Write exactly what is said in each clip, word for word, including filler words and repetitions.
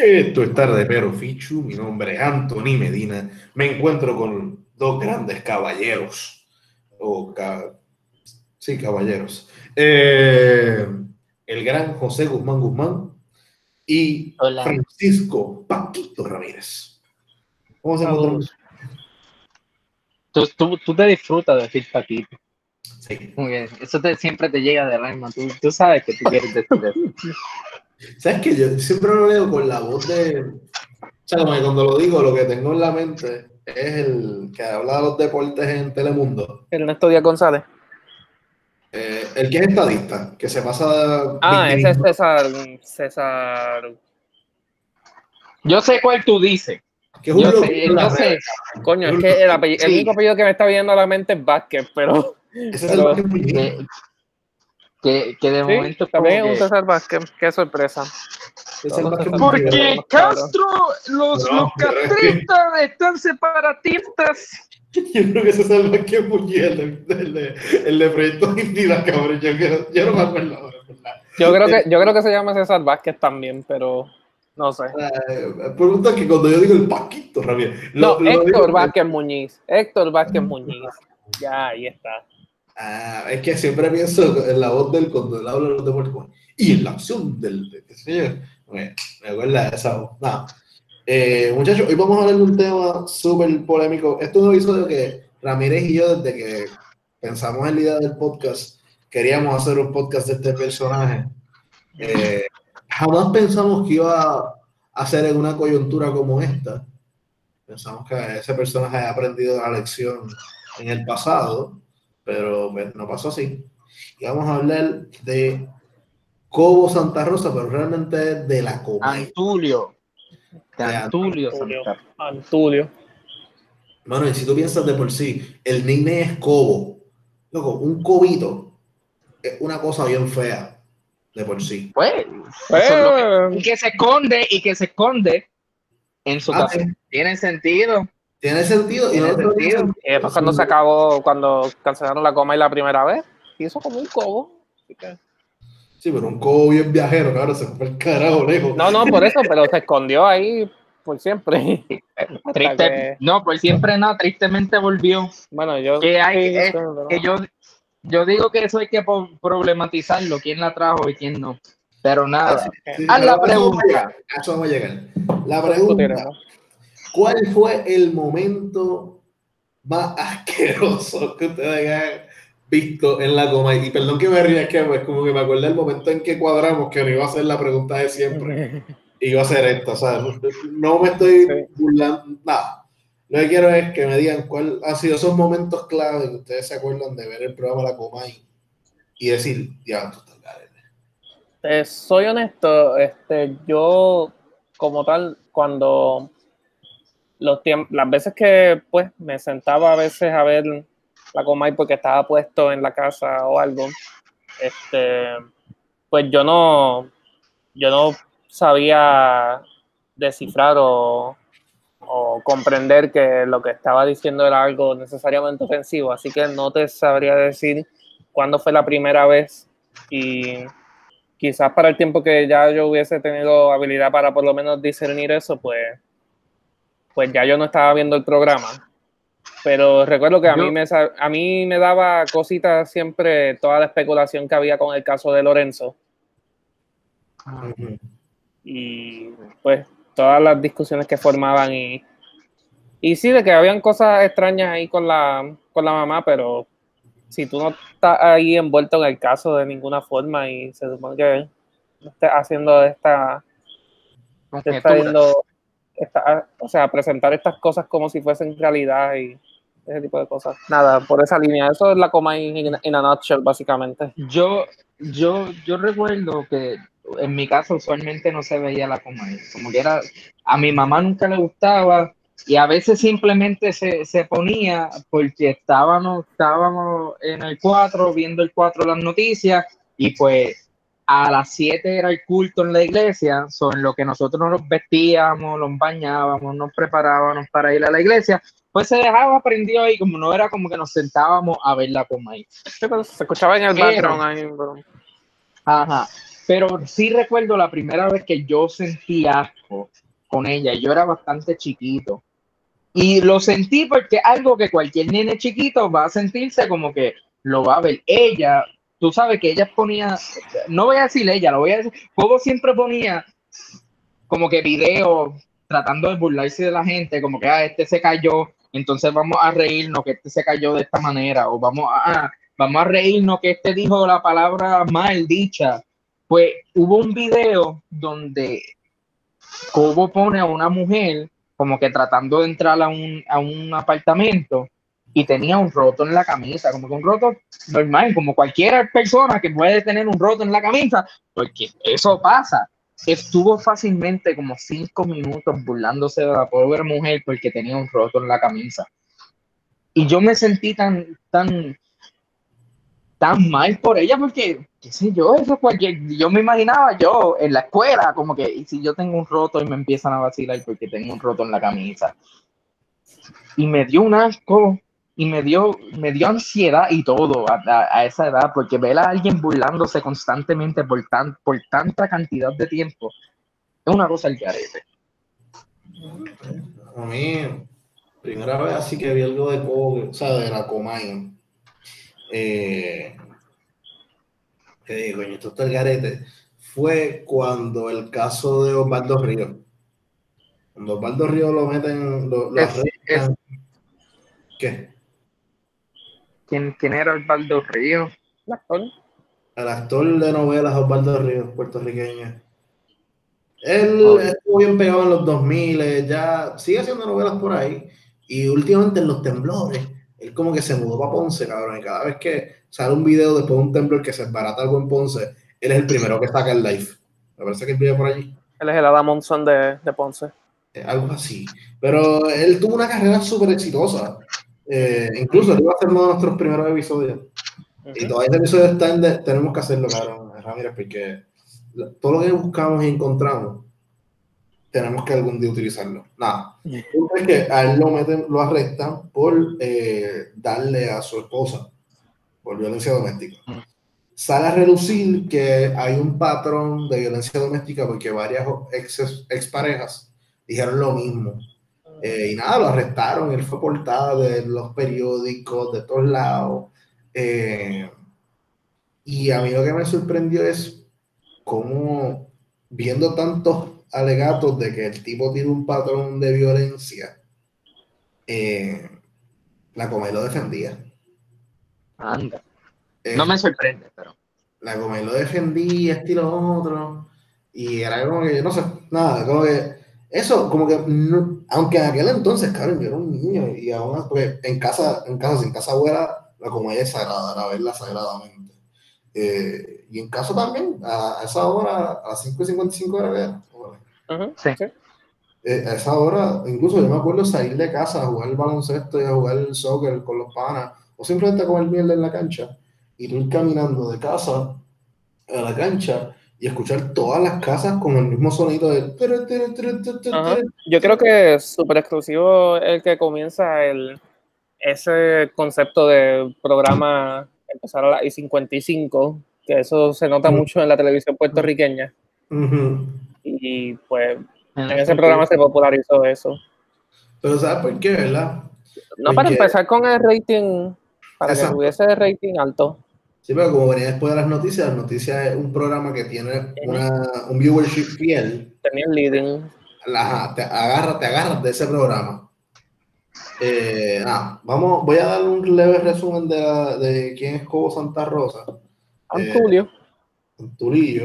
Esto es Tarde Pero Fichu, mi nombre es Anthony Medina, me encuentro con dos grandes caballeros, o ca- sí, caballeros, Eh, el gran José Guzmán Guzmán y Hola. Francisco Paquito Ramírez. ¿Cómo se encuentran? Saludos. Tú, tú, tú te disfrutas de decir Paquito. Sí. Muy bien. Eso te, siempre te llega de alma. Tú, tú sabes que tú quieres decir eso. ¿Sabes qué? Yo siempre lo leo con la voz de... O sea, como que cuando lo digo, lo que tengo en la mente es el que habla de los deportes en Telemundo. Ernesto Díaz González. Eh, el que es estadista, que se pasa Ah, ese es victimizando, César. César. Yo sé cuál tú dices. que es un Yo loco sé, en yo las sé. redes. Coño, Es es un que loco. el, apellido- el Sí. único apellido que me está viendo a la mente es Vázquez, pero. Ese es el pero Vázquez Muñiz. Que, que, que de sí, momento es también como es un que... César Vázquez. Qué sorpresa. Es Todos el los Vázquez César Muñiz. Vázquez son Porque unos cabros. Castro, los, No, los pero es que- castristas están separatistas. Yo creo que ese es el Vázquez Muñiz, el de, el de, el de Proyecto Dignidad, cabrón. Yo, creo- yo no me acuerdo ahora, ¿verdad? Yo creo que, yo creo que se llama César Vázquez también, pero no sé. Eh, pregunta que cuando yo digo el Paquito Ramírez, No, lo, lo digo- Héctor Vázquez Muñiz. Héctor Vázquez Muñiz. Ya, ahí está. Ah, es que siempre pienso en la voz del cuando él habla de los deportes. como, Y en la acción del. De, qué sé yo. Me, me acuerda de esa voz. Nada. Eh, muchachos, hoy vamos a hablar de un tema súper polémico. Esto es un episodio que Ramírez y yo, desde que pensamos en la idea del podcast, queríamos hacer un podcast de este personaje. Eh, jamás pensamos que iba a ser en una coyuntura como esta. Pensamos que ese personaje ha aprendido la lección en el pasado, pero pues, no pasó así. Y vamos a hablar de Cobo Santa Rosa, pero realmente es de la Comay. Antulio. De De Antulio Antulio. Santa. Antulio. Mano, y si tú piensas de por sí, el nickname es Cobo. Loco, un cobito es una cosa bien fea de por sí. Pues, Pues, eso es lo que... Y que se esconde, y que se esconde en su Ah, casa. sí, Tiene sentido. tiene sentido. Y Tiene no solo tiene sentido. y después cuando se acabó, cuando cancelaron la coma y la primera vez, hizo como un cobo. Así que- Sí, pero un cobo bien viajero, cabrón, se fue el carajo lejos. No, no, por eso, pero se escondió ahí por siempre. Hasta Triste, que- no, por siempre no, tristemente volvió. Bueno, yo. Que hay, sí, yo es- sé, pero- que yo, yo digo que eso hay que po- problematizarlo, quién la trajo y quién no. Pero Ah, nada, sí, sí, haz pero la a eso vamos a pregunta. llegar, a eso vamos a llegar. La Eso pregunta, discutiremos. ¿cuál fue el momento más asqueroso que ustedes han visto en la coma? Y perdón que me ría, es que pues, como que me acordé del momento en que cuadramos que no iba a ser la pregunta de siempre, iba a ser esta, o sea, no, no me estoy Sí. burlando, nada. Lo que quiero es que me digan cuál han sido esos momentos clave que ustedes se acuerdan de ver el programa La Coma y, y decir, ya, tú estás garete. Eh, soy honesto, este, yo como tal, cuando los tiemp- las veces que pues me sentaba a veces a ver la Comay porque estaba puesto en la casa o algo, este, pues yo no, yo no sabía descifrar o, o comprender que lo que estaba diciendo era algo necesariamente ofensivo, así que no te sabría decir cuándo fue la primera vez y quizás para el tiempo que ya yo hubiese tenido habilidad para por lo menos discernir eso, pues, pues ya yo no estaba viendo el programa. Pero recuerdo que a mí, Yo, me, a mí me daba cositas siempre toda la especulación que había con el caso de Lorenzo. Ujú. Y pues todas las discusiones que formaban y, y sí, de que habían cosas extrañas ahí con la, con la mamá, pero si tú no estás ahí envuelto en el caso de ninguna forma y se supone que no estés haciendo esta, te está yendo, esta, o sea, presentar estas cosas como si fuesen realidad y ese tipo de cosas. Nada, por esa línea, eso es la coma en in a nutshell, básicamente. yo, yo, yo recuerdo que en mi casa usualmente no se veía la Comay. Como que era, a mi mamá nunca le gustaba y a veces simplemente se, se ponía porque estábamos, estábamos en el cuatro viendo el cuatro las noticias y pues a las siete era el culto en la iglesia, son lo que nosotros nos vestíamos, nos bañábamos, nos preparábamos para ir a la iglesia, pues se dejaba prendido ahí, como no era como que nos sentábamos a ver la Comay. Sí, pero se escuchaba en el Pero, background ahí, pero... ajá, pero sí recuerdo la primera vez que yo sentí asco con ella. Yo era bastante chiquito. Y lo sentí porque algo que cualquier nene chiquito va a sentirse como que lo va a ver. Ella, tú sabes que ella ponía, no voy a decir ella, lo voy a decir, Cobo siempre ponía como que videos tratando de burlarse de la gente, como que ah, este se cayó, entonces vamos a reírnos que este se cayó de esta manera, o vamos a, ah, vamos a reírnos que este dijo la palabra mal dicha. Pues hubo un video donde Cobo pone a una mujer como que tratando de entrar a un, a un apartamento y tenía un roto en la camisa, como que un roto normal, como cualquier persona que puede tener un roto en la camisa, porque eso pasa. Estuvo fácilmente como cinco minutos burlándose de la pobre mujer porque tenía un roto en la camisa. Y yo me sentí tan, tan, tan mal por ella porque, qué sé yo, eso cualquier, yo me imaginaba yo en la escuela, como que y si yo tengo un roto y me empiezan a vacilar porque tengo un roto en la camisa. Y me dio un asco y me dio, me dio ansiedad y todo a, a, a esa edad, porque ver a alguien burlándose constantemente por, tan, por tanta cantidad de tiempo es una cosa al garete. A mí, primera vez así que vi algo de Cobo, o sea, de la Comay. Eh, que digo, coño, esto está el garete. Fue cuando el caso de Osvaldo Ríos. Cuando Osvaldo Ríos lo meten, lo, lo Es, arrestan. es, ¿Qué? ¿quién, ¿Quién era Osvaldo Ríos? ¿El actor? El actor de novelas Osvaldo Ríos, puertorriqueño. Él Oh. estuvo bien pegado en los dos mil, ya sigue haciendo novelas por ahí. Y últimamente en los temblores, él como que se mudó para Ponce, cabrón. Y cada vez que sale un video después de un temblor que se desbarata algo en Ponce, él es el primero que saca el live. Me parece que el video por allí. Él es el Adam Monson de, de Ponce. Eh, algo así. Pero él tuvo una carrera súper exitosa. Eh, incluso él iba a ser uno de nuestros primeros episodios. Uh-huh. Y todavía este episodio está en de, tenemos que hacerlo, cabrón, Ramírez, porque todo lo que buscamos y encontramos tenemos que algún día utilizarlo. Nada. Es que a él lo meten, lo arrestan por eh, darle a su esposa por violencia doméstica. Sale a relucir que hay un patrón de violencia doméstica porque varias ex, exparejas dijeron lo mismo. Eh, y nada, lo arrestaron. Él fue portada de los periódicos, de todos lados. Eh, y a mí lo que me sorprendió es cómo, viendo tantos alegatos de que el tipo tiene un patrón de violencia, eh, la Comay lo defendía. Anda. Eh, no me sorprende, pero. La Comay lo defendía, estilo otro, y era como que, no sé, nada, como que, eso, como que, no, aunque en aquel entonces, claro, yo era un niño, y aún, porque en casa, en casa, sin casa abuela, la Comay es sagrada, era verla sagradamente. Eh, y en casa también, a, a esa hora, a las cinco y cincuenta y cinco de la vida. Uh-huh, sí. Eh, a esa hora, incluso yo me acuerdo salir de casa a jugar el baloncesto y a jugar el soccer con los panas, o simplemente a comer mierda en la cancha, y tú ir caminando de casa a la cancha y escuchar todas las casas con el mismo sonido de... Uh-huh. Yo creo que es súper exclusivo el que comienza el, ese concepto de programa empezar a las I cincuenta y cinco, que eso se nota uh-huh. mucho en la televisión puertorriqueña. Uh-huh. Y pues en ese programa se popularizó eso. Pero ¿sabes por qué, verdad? No, porque... para empezar con el rating, para Exacto. que tuviese el rating alto. Sí, pero como venía después de las noticias, las noticias es un programa que tiene una, un viewership fiel. Tenía el leading. Ajá, te agarras, te agarras de ese programa. Eh, nada, vamos, voy a dar un leve resumen de, la, de quién es Cobo Santa Rosa. Antulio. Eh, Antulillo.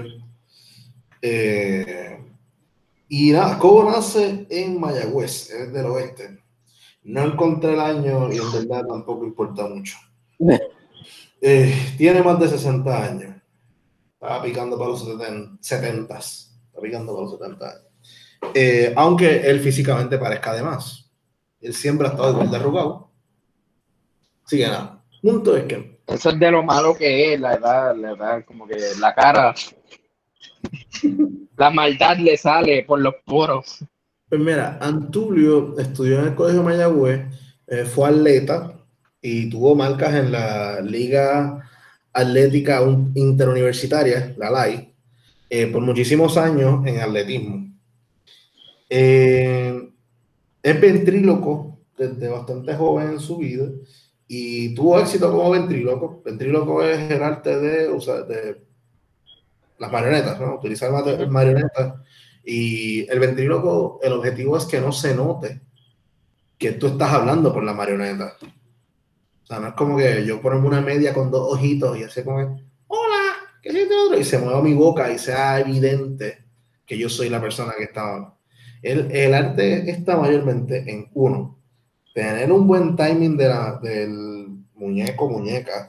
Eh, y nada, Cobo nace en Mayagüez, es del oeste. No encontré el año y en verdad tampoco importa mucho. Eh, tiene más de sesenta años. Estaba picando para los setenta. Está picando para los setenta años. Eh, aunque él físicamente parezca de más. Él siempre ha estado igual de arrugado. Así que nada. Punto es que. Eso es de lo malo que es, la edad, la edad, como que la cara. La maldad le sale por los poros. Pues mira, Antulio estudió en el Colegio Mayagüez, eh, fue atleta y tuvo marcas en la Liga Atlética Interuniversitaria, la L A I. eh, por muchísimos años en atletismo. Eh, es ventríloco desde bastante joven en su vida y tuvo éxito como ventríloco. Ventríloco es el arte de, usar, de las marionetas, ¿no? Utilizar Ujú. marionetas. Y el ventríloco, el objetivo es que no se note que tú estás hablando por la marioneta. O sea, no es como que yo pongo una media con dos ojitos y así como, hola, ¿qué es este otro? Y se mueva mi boca y sea evidente que yo soy la persona que está hablando. El, el arte está mayormente en uno, tener un buen timing de la, del muñeco, muñeca,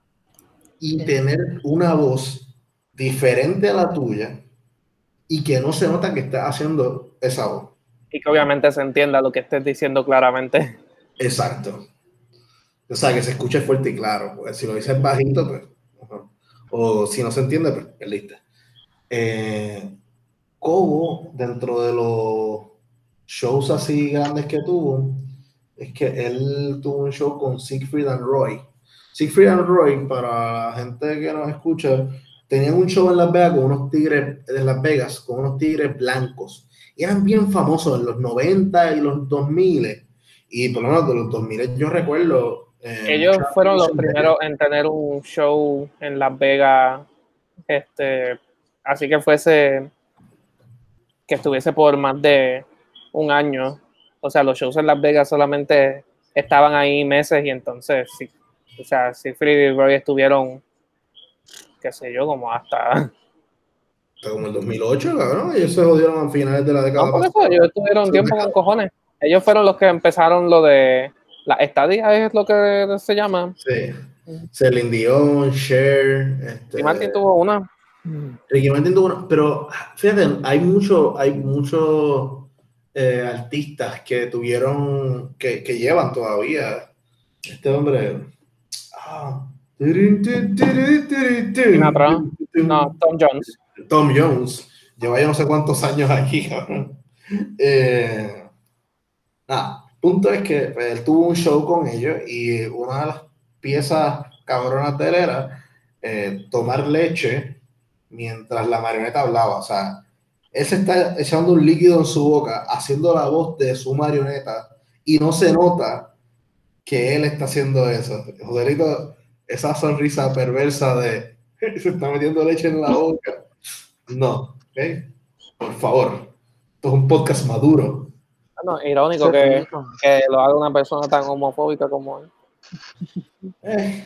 y tener una voz diferente a la tuya y que no se nota que estás haciendo esa voz. Y que obviamente se entienda lo que estés diciendo claramente. Exacto. O sea, que se escuche fuerte y claro. Porque si lo dices bajito, pues, uh-huh. O si no se entiende, pues, perdiste. Eh, Cobo, dentro de los shows así grandes que tuvo, es que él tuvo un show con Siegfried and Roy. Siegfried and Roy, para la gente que nos escucha, tenían un show en Las Vegas con unos tigres, en Las Vegas, con unos tigres blancos. Y eran bien famosos en los noventa y los dos mil. Y por lo menos de los dos mil yo recuerdo. Eh, Ellos fueron los primeros en tener un show en Las Vegas, este, así que fuese, que estuviese por más de un año. O sea, los shows en Las Vegas solamente estaban ahí meses y entonces, sí, o sea, Siegfried y Roy estuvieron, qué sé yo, como hasta... Como el dos mil ocho, cabrón. Ellos se jodieron a finales de la década No, por eso, pasada. ellos estuvieron tiempo con cojones. Ellos fueron los que empezaron lo de la estadía, es lo que se llama. Sí. Celine Dion, Cher, este, Y Martin tuvo una. Ricky Martin tuvo una, pero fíjate, hay muchos hay muchos eh, artistas que tuvieron, que, que llevan todavía. Este hombre. Ah, Sinatra. No, Tom Jones. Tom Jones. Lleva ya no sé cuántos años aquí, cabrón. Eh, nada, punto es que pues, él tuvo un show con ellos y una de las piezas cabronas de él era eh, tomar leche mientras la marioneta hablaba. O sea, él se está echando un líquido en su boca, haciendo la voz de su marioneta y no se nota que él está haciendo eso. Joderito, esa sonrisa perversa de se está metiendo leche en la boca. No, ¿ok? Por favor. Esto es un podcast maduro. No, irónico que, que lo haga una persona tan homofóbica como él. Eh,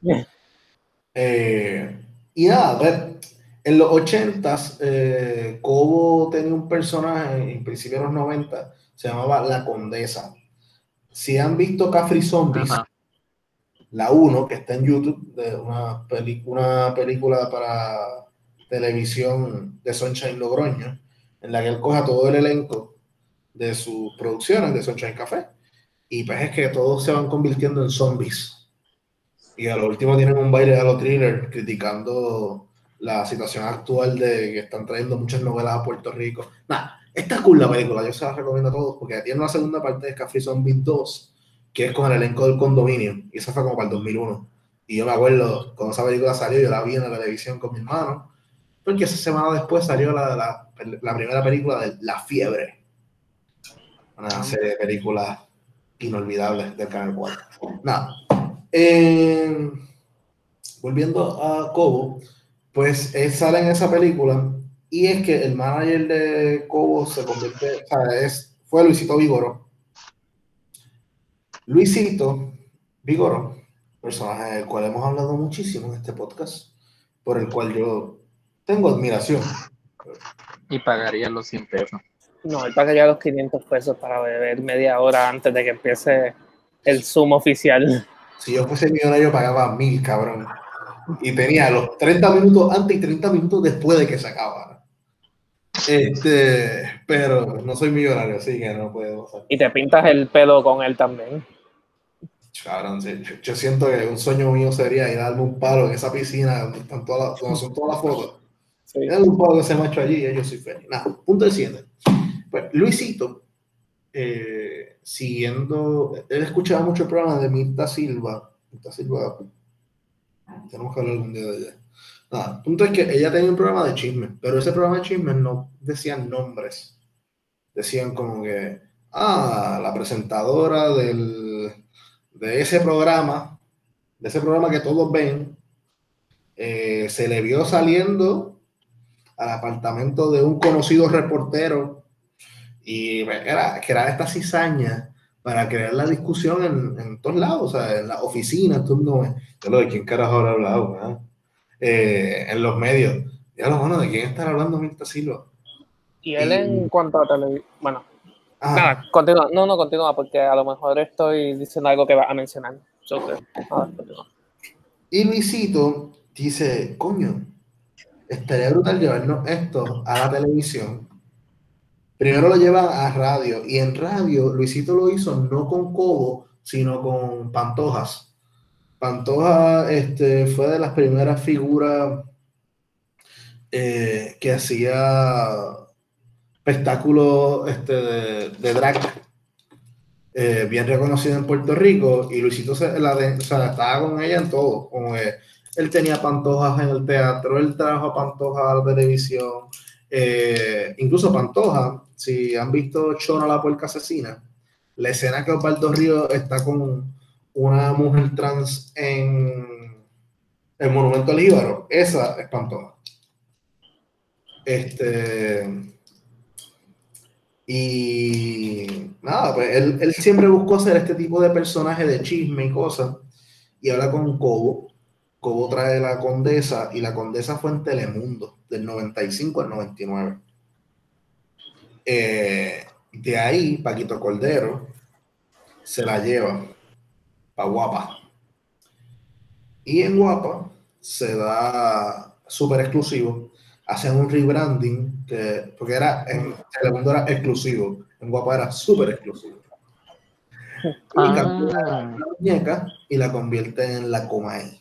eh, y nada, a ver, en los ochentas, eh, Cobo tenía un personaje, en principio de los noventa, se llamaba La Condesa. Si han visto Cafri Zombies, Ajá. la uno, que está en YouTube, de una, peli una película para televisión de Sunshine Logroño, en la que él coja todo el elenco de sus producciones de Sunshine Café, y pues es que todos se van convirtiendo en zombies. Y a lo último tienen un baile a lo thriller criticando la situación actual de que están trayendo muchas novelas a Puerto Rico. Nada, esta es cool la película, yo se la recomiendo a todos porque tiene una segunda parte de Café Zombies dos, que es con el elenco del Condominio, y esa fue como para el dos mil uno. Y yo me acuerdo, cuando esa película salió, yo la vi en la televisión con mi hermano, porque esa semana después salió la, la, la primera película de La Fiebre, una serie de películas inolvidables del Canal cuatro. Nada. Eh, volviendo a Cobo, pues él sale en esa película y es que el manager de Cobo se convierte, o sea, es, fue Luisito Vigoró. Luisito Vigoró, personaje del cual hemos hablado muchísimo en este podcast, por el cual yo tengo admiración. Y pagaría los cien pesos. No, él paga ya los quinientos pesos para beber media hora antes de que empiece el Zoom oficial. Si yo fuese millonario pagaba mil, cabrón. Y tenía los treinta minutos antes y treinta minutos después de que se acabara. Este, pero no soy millonario, así que no puedo pasar. Y te pintas el pelo con él también. Cabrón, yo, yo siento que un sueño mío sería ir a darme un palo en esa piscina donde, están todas las, donde son todas las fotos. Sí. Darle un palo que se me ha hecho allí y yo soy feliz. Nada, punto del siguiente. Pues Luisito, eh, siguiendo, él escuchaba mucho el programa de Mirta Silva. Mirta Silva Tenemos que hablar algún día de ella. Nada, el punto es que ella tenía un programa de chismes, pero ese programa de chismes no decían nombres. Decían como que, ah, la presentadora del, de ese programa, de ese programa que todos ven, eh, se le vio saliendo al apartamento de un conocido reportero y era, que era esta cizaña para crear la discusión en, en todos lados, o sea, en las oficinas, tú no, yo lo de quién carajo habrá hablado, ¿verdad? Eh, en los medios. Ya lo bueno, ¿de quién estar hablando Mirta Silva? Y él Y, en cuanto a televisión, bueno, ah, nada, continúa, no, no, continúa, porque a lo mejor estoy diciendo algo que va a mencionar. So, que, nada, continúa. y Luisito dice, coño, estaría brutal llevarnos esto a la televisión. Primero lo lleva a radio, y en radio Luisito lo hizo no con Cobo, sino con Pantojas. Pantoja este, fue de las primeras figuras eh, que hacía espectáculos este, de, de drag eh, bien reconocido en Puerto Rico, y Luisito se, la de, o sea, estaba con ella en todo, como que él tenía Pantojas en el teatro, él trajo a Pantoja a la televisión, eh, incluso Pantoja, si han visto Chona la puerca asesina, la escena que Osvaldo Río está con una mujer trans en el Monumento al Jíbaro, esa es Pantoja. Este... Y nada, pues él, él siempre buscó hacer este tipo de personaje de chisme y cosas. Y habla con Cobo. Cobo trae la Condesa, y la Condesa fue en Telemundo, del noventa y cinco al noventa y nueve. Eh, de ahí, Paquito Cordero se la lleva para Guapa. Y en Guapa se da súper exclusivo. Hacen un rebranding, que, porque era en Telemundo era exclusivo, en Guapa era súper exclusivo. Y cambió Ah. la muñeca y la convierte en la Comay.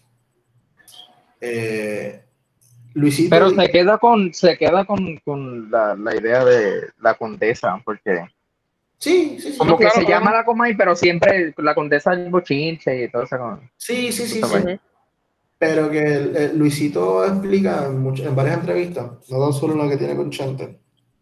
Eh, Luisito. Pero se queda con, se queda con, con la, la idea de la Condesa, porque Sí, sí, sí. como No, que claro, se claro. llama la Comay, pero siempre la Condesa es bochinche y todo eso. Sí, sí, sí, Eso sí. fue. Pero que eh, Luisito explica en, much- en varias entrevistas, no tan solo en la que tiene con Chante,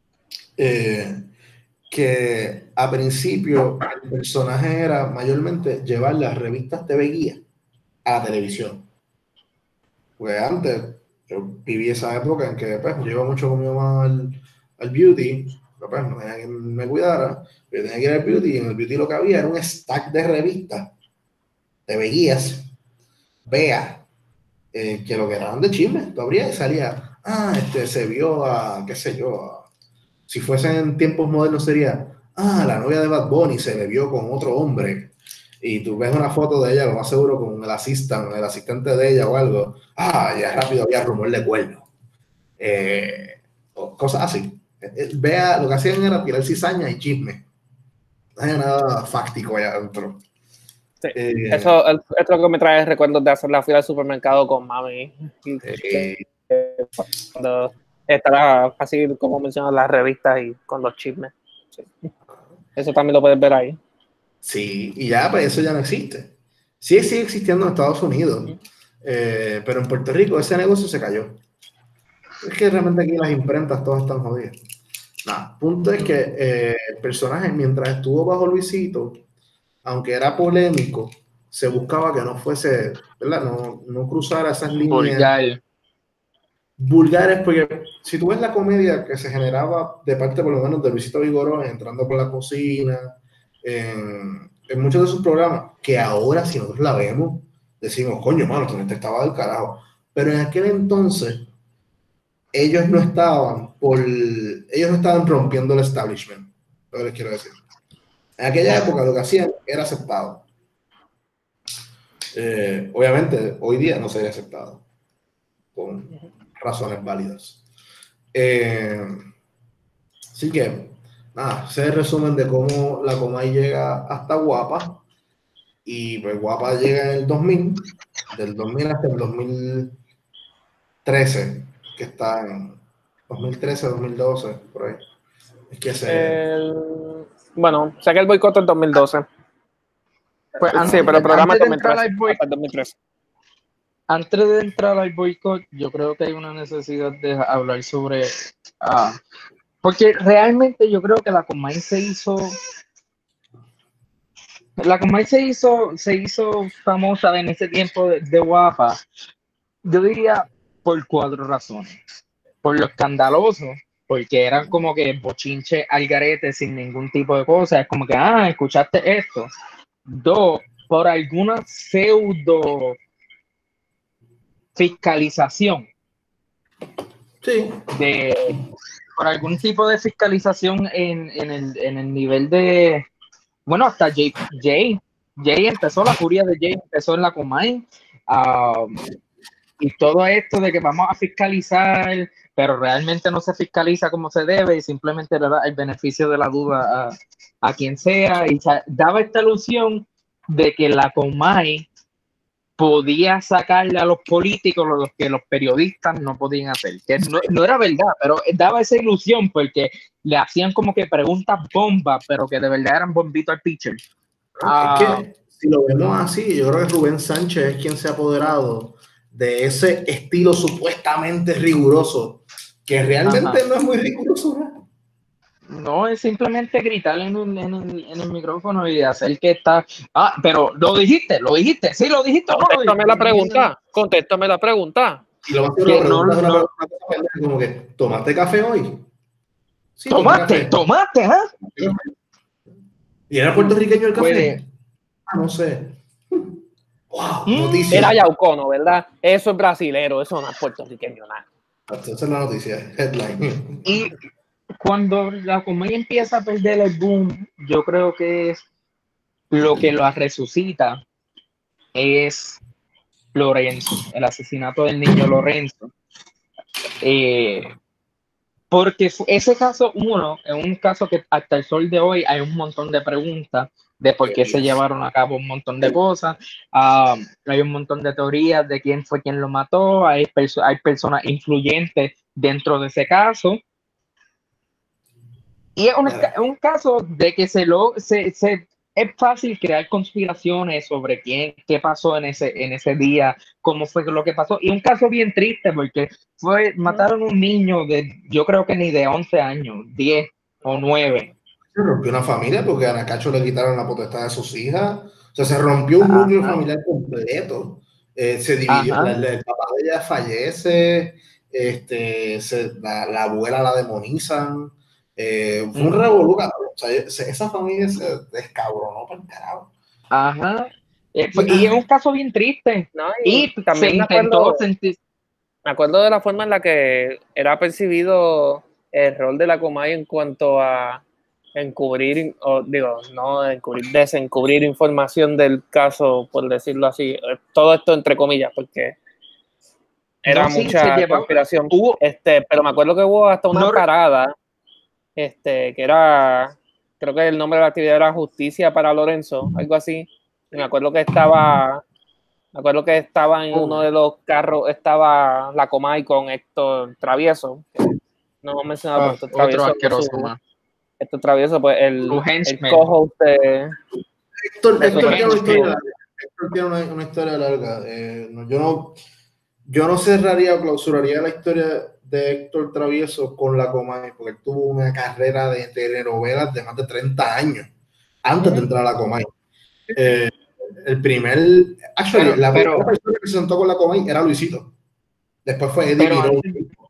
eh, que a principio el personaje era mayormente llevar las revistas T V Guía a la televisión. Porque antes yo viví esa época en que pues, yo iba mucho con mi mamá al, al beauty, pero pues no tenía que me cuidara, yo tenía que ir al beauty, y en el beauty lo que había era un stack de revistas, T V Guías, vea, eh, que lo que eran de chisme, tú abrías y salía, ah, este se vio a, qué sé yo, a, si fuesen en tiempos modernos sería, ah, la novia de Bad Bunny se le vio con otro hombre, y tú ves una foto de ella, lo más seguro con el asistente, el asistente de ella o algo, ah, ya rápido había rumor de cuerno, eh, o cosas así. Vea, lo que hacían era tirar cizaña y chisme, no había nada fáctico allá adentro. Sí. Eh, Eso es lo que me trae recuerdos de hacer la fila al supermercado con mami. eh, Cuando estará así como mencionas las revistas y con los chismes. Sí. Eso también lo puedes ver ahí. Sí, y ya, pues eso ya no existe. Sí sigue existiendo en Estados Unidos, eh, pero en Puerto Rico ese negocio se cayó. Es que realmente aquí las imprentas todas están jodidas. Nada, punto es que eh, el personaje, mientras estuvo bajo Luisito, aunque era polémico, se buscaba que no fuese, ¿verdad? No, no cruzara esas líneas Vulgar. vulgares, porque si tú ves la comedia que se generaba de parte por lo menos de Luisito Vigoró, entrando por la cocina, en, en muchos de sus programas, que ahora si nosotros la vemos, decimos, coño, mano, este estaba del carajo. Pero en aquel entonces, ellos no estaban por, ellos no estaban rompiendo el establishment, lo que les quiero decir. En aquella época lo que hacían era aceptado. Eh, obviamente, hoy día no sería aceptado, con razones válidas. Eh, así que, nada, ese resumen de cómo la Comay llega hasta Guapa, y pues Guapa llega en el dos mil, del dos mil hasta el dos mil trece, que está en dos mil trece, dos mil doce, por ahí. Es que se... El, bueno, saqué el boicot en dos mil doce. Pues Sí, antes, pero el programa antes es de entrar al boicot, hasta el dos mil trece. antes de entrar al boicot, yo creo que hay una necesidad de hablar sobre... Uh, porque realmente yo creo que la Comay se hizo... La Comay se hizo, se hizo famosa en ese tiempo de, de guapa. Yo diría por cuatro razones. Por lo escandaloso, porque eran como que bochinche al garete sin ningún tipo de cosa. Es como que, ah, escuchaste esto. Dos, por alguna pseudo fiscalización. Sí. De, por algún tipo de fiscalización en, en, el, en el nivel de... Bueno, hasta Jay, Jay, Jay empezó, la furia de Jay empezó en la Comay. Um, y todo esto de que vamos a fiscalizar, pero realmente no se fiscaliza como se debe y simplemente le da el beneficio de la duda a, a quien sea. Y daba esta ilusión de que la Comay podía sacarle a los políticos lo que los periodistas no podían hacer. Que no, no era verdad, pero daba esa ilusión porque le hacían como que preguntas bombas, pero que de verdad eran bombitos al pitcher. Uh, es que si lo vemos así, yo creo que Rubén Sánchez es quien se ha apoderado de ese estilo supuestamente riguroso, que realmente Ajá. no es muy riguroso, ¿no? No, es simplemente gritar en el, en, el, en el micrófono y hacer que está... Ah, pero lo dijiste, lo dijiste, sí, lo dijiste. Contéstame la pregunta, contéstame la pregunta. Y lo más que no, no, no, no, como que, ¿tomaste café hoy? Sí, ¿Tomaste? ¿Tomaste? ¿eh? ¿Y era puertorriqueño el café? Puede. Ah, no sé. Wow, noticia. Era Yaucono, ¿verdad? Eso es brasilero, eso no es puertorriqueño, nada. Esa es la noticia, headline. Y cuando la Comay empieza a perder el boom, yo creo que es lo que lo resucita es Lorenzo, el asesinato del niño Lorenzo. Eh, porque ese caso, uno, es un caso que hasta el sol de hoy hay un montón de preguntas de por qué se llevaron a cabo un montón de cosas. Um, hay un montón de teorías de quién fue quien lo mató. Hay, perso hay personas influyentes dentro de ese caso. Y es un, un caso de que se lo se, se es fácil crear conspiraciones sobre quién, qué pasó en ese, en ese día, cómo fue lo que pasó. Y un caso bien triste porque fue, mataron a un niño de, yo creo que ni de once años, diez o nueve. Se rompió una familia porque a Anacacho le quitaron la potestad de sus hijas. O sea, se rompió un núcleo familiar completo. Eh, se dividió, la, la, el papá de ella fallece, este, se, la, la abuela la demonizan. Eh, fue un revolucionario, o sea, esa familia se descabronó por el carajo. Ajá. Eh, y, y es un caso bien triste. No, y, y también me acuerdo, sentir... me acuerdo de la forma en la que era percibido el rol de la Comay en cuanto a encubrir, o digo, no encubrir, desencubrir información del caso, por decirlo así. Todo esto entre comillas, porque era no, mucha sí, conspiración. Hubo, este, pero me acuerdo que hubo hasta una no, parada. Este, que era, creo que el nombre de la actividad era Justicia para Lorenzo, algo así. Y me acuerdo que estaba, me acuerdo que estaba en uno de los carros, estaba la Comay con Héctor Travieso. No hemos mencionado, oh, Héctor Travieso. Otro asqueroso, su, Héctor Travieso, pues el, el co-host de... Héctor, de Héctor, tiene, una historia, Héctor tiene una, una historia larga. Eh, no, yo, no, yo no cerraría o clausuraría la historia de Héctor Travieso con la Comay, porque él tuvo una carrera de telenovelas de más de treinta años antes de entrar a la Comay. Eh, el primer, actually, pero, la primera pero, persona que se sentó con la Comay era Luisito. Después fue Eddie Miró.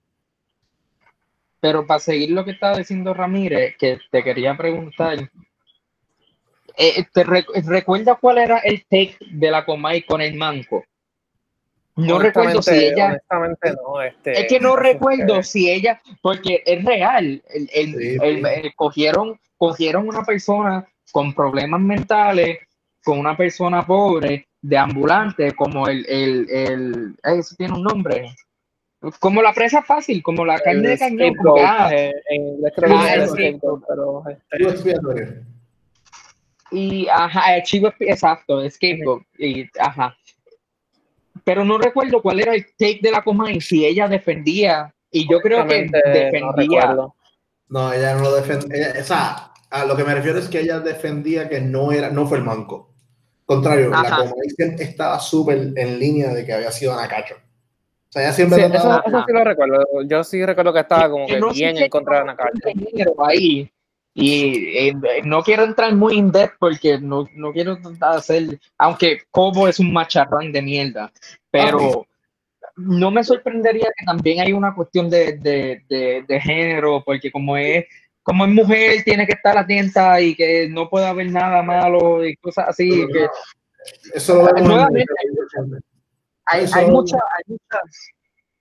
Pero para seguir lo que estaba diciendo Ramírez, que te quería preguntar, eh, ¿te rec ¿recuerdas cuál era el take de la Comay con el manco? No recuerdo si ella. Honestamente no. Este, es que no recuerdo que... si ella, porque es real. El, el, sí, el, sí. El, cogieron, cogieron una persona con problemas mentales, con una persona pobre, de ambulante, como el. el, el eso tiene un nombre. Como la presa fácil, como la carne el de cañón. Como que, ah, eh, en inglés creo ah, que es scapegoat, pero. Este... Y ajá, el chivo, exacto, scapegoat. Y ajá. Pero no recuerdo cuál era el take de la Comay, si ella defendía, y yo creo que defendía. No, no, ella no lo defendía. O sea, a lo que me refiero es que ella defendía que no era, no fue el manco. Contrario, Ajá. la Comay siempre estaba súper en línea de que había sido Anacacho. O sea, ella siempre Sí, trataba- eso, eso sí lo recuerdo. Yo sí recuerdo que estaba como Que que no sé bien si en contra de hay Anacacho. un género ahí. Y eh, no quiero entrar muy in depth porque no, no quiero tratar de hacer, aunque Cobo es un macharrán de mierda, pero no me sorprendería que también hay una cuestión de, de, de, de género, porque como es, como es mujer, tiene que estar atenta y que no puede haber nada malo y cosas así. Que, Eso lo vemos en- nuevamente, hay, eso hay, lo- muchas, hay muchas.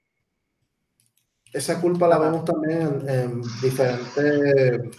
Esa culpa la Ajá. vemos también en, en diferentes,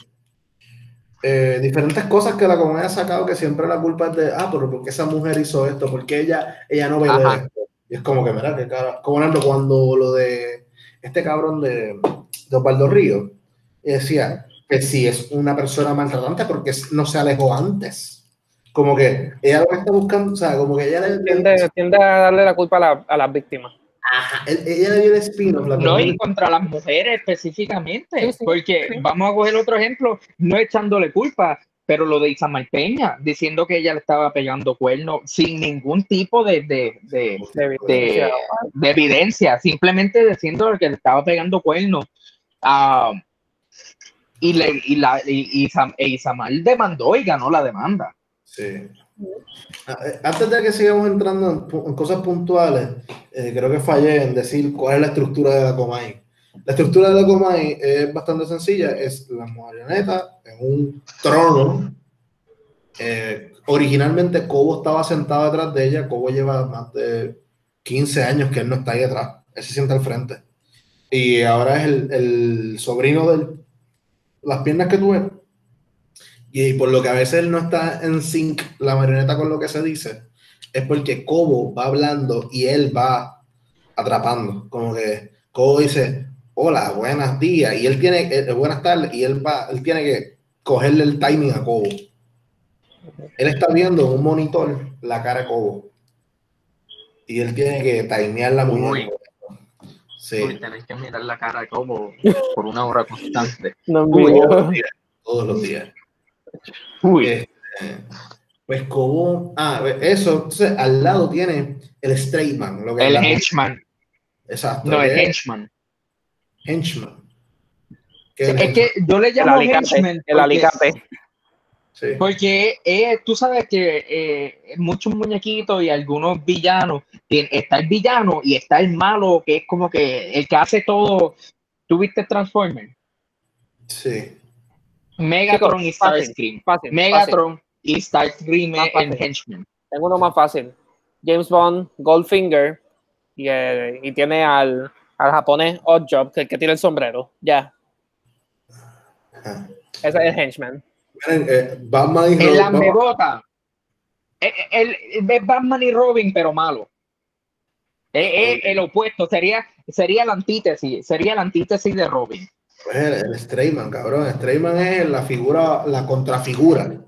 eh, diferentes cosas que la comunidad ha sacado, que siempre la culpa es de, ah, pero ¿por qué esa mujer hizo esto? ¿Por qué ella, ella no ve Ajá. esto? Y es como que, mira, que cara, como por ejemplo, cuando lo de este cabrón de, de Osvaldo Río, y decía que si es una persona maltratante, porque no se alejó antes. Como que ella lo que está buscando, o sea, como que ella le, Tiende, tiende a darle la culpa a, la, a las víctimas. Ajá, ella le dio el spin-off, la No, comunidad. y contra las mujeres específicamente, Sí, sí, porque sí. vamos a coger otro ejemplo, no echándole culpa, pero lo de Isamar Peña, diciendo que ella le estaba pegando cuernos sin ningún tipo de, de, de, De evidencia. de, de evidencia, simplemente diciendo que le estaba pegando cuernos. Ah, y, le, y, la, y, y Sam- e Isamar demandó y ganó la demanda. Sí. Antes de que sigamos entrando en, pu- en cosas puntuales, eh, creo que fallé en decir cuál es la estructura de la Comay. La estructura de la Comay es bastante sencilla, es la marioneta en un trono. Eh, originalmente Cobo estaba sentado detrás de ella, Cobo lleva más de quince años que él no está ahí detrás, él se sienta al frente. Y ahora es el, el sobrino de las piernas que tú ves. Y por lo que a veces él no está en sync, la marioneta, con lo que se dice, es porque Cobo va hablando y él va atrapando. Como que Cobo dice, hola, buenos días, y él tiene, eh, buenas tardes, y él va, él tiene que cogerle el timing a Cobo. Él está viendo en un monitor la cara de Cobo. Y él tiene que timear la muñeca. Sí. Uy, tenés que mirar la cara como por una hora constante. No, Uy, Todos los días. Todos los días. uy. Este, pues Cobo, ah, eso, entonces al lado tiene el straight man, lo que El es la- henchman. exacto, No, el que es henchman. henchman. Que Sí, el es henchman. que yo le El llamo alicate. henchman El porque, alicate. Sí. porque eh, tú sabes que eh, muchos muñequitos y algunos villanos, tien- está el villano y está el malo, que es como que el que hace todo. ¿Tú viste Transformers? Sí. Megatron Chicos, y fácil, Starscream. fácil, Megatron y Starscream Más es el fácil. henchman. Tengo uno más fácil. James Bond, Goldfinger, y, eh, y tiene al, al japonés Oddjob, que, que tiene el sombrero. Ya, Ajá. ese es el henchman. Miren, eh, Batman y El Robin. vamos- lambebota. El, el, el- es Batman y Robin, pero malo. Es, es el opuesto, sería, sería la antítesis, sería la antítesis de Robin. Pues el, el Strayman, cabrón. Strayman es la figura, la contrafigura.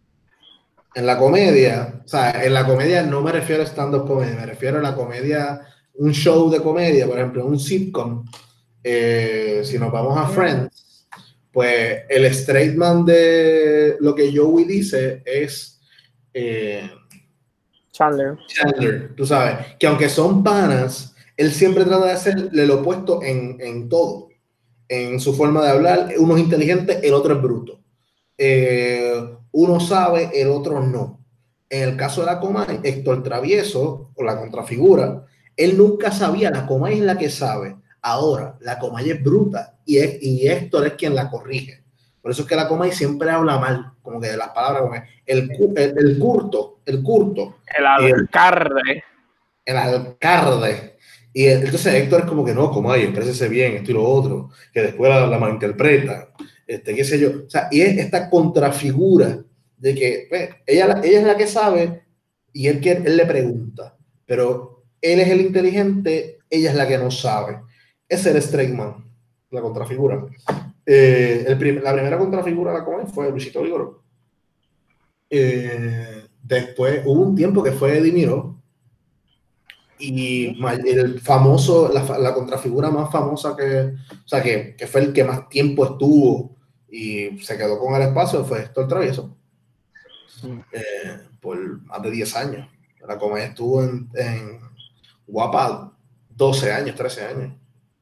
En la comedia, o sea, en la comedia no me refiero a stand-up comedy, me refiero a la comedia, un show de comedia, por ejemplo, un sitcom. Eh, si nos vamos a Friends, pues el straight man de lo que Joey dice es eh, Chandler. Chandler, tú sabes, que aunque son panas, él siempre trata de hacerle lo opuesto en, en todo, en su forma de hablar. Uno es inteligente, el otro es bruto. Eh, uno sabe, el otro no. En el caso de la Comay, Héctor Travieso, o la contrafigura, él nunca sabía, la Comay es la que sabe. Ahora, la Comay es bruta y, es, y Héctor es quien la corrige. Por eso es que la Comay siempre habla mal, como que de las palabras, como el, el, el curto, el curto. El alcalde. El alcalde. Y entonces Héctor es como que no, Comay, exprésese bien, esto y lo otro, que después la, la malinterpreta, este, qué sé yo. O sea, y es esta contrafigura de que pues, ella, ella es la que sabe y él, que, él le pregunta, pero él es el inteligente, ella es la que no sabe. Ese es el straight man, la contrafigura. Eh, el prim la primera contrafigura de la Comay fue Luisito Vigoró. Eh, después hubo un tiempo que fue Eddie Miró. Y el famoso, la, la contrafigura más famosa que, o sea, que, que fue el que más tiempo estuvo y se quedó con el espacio fue Héctor Travieso. Eh, por más de diez años. La Comay estuvo en, en Guapa doce años, trece años.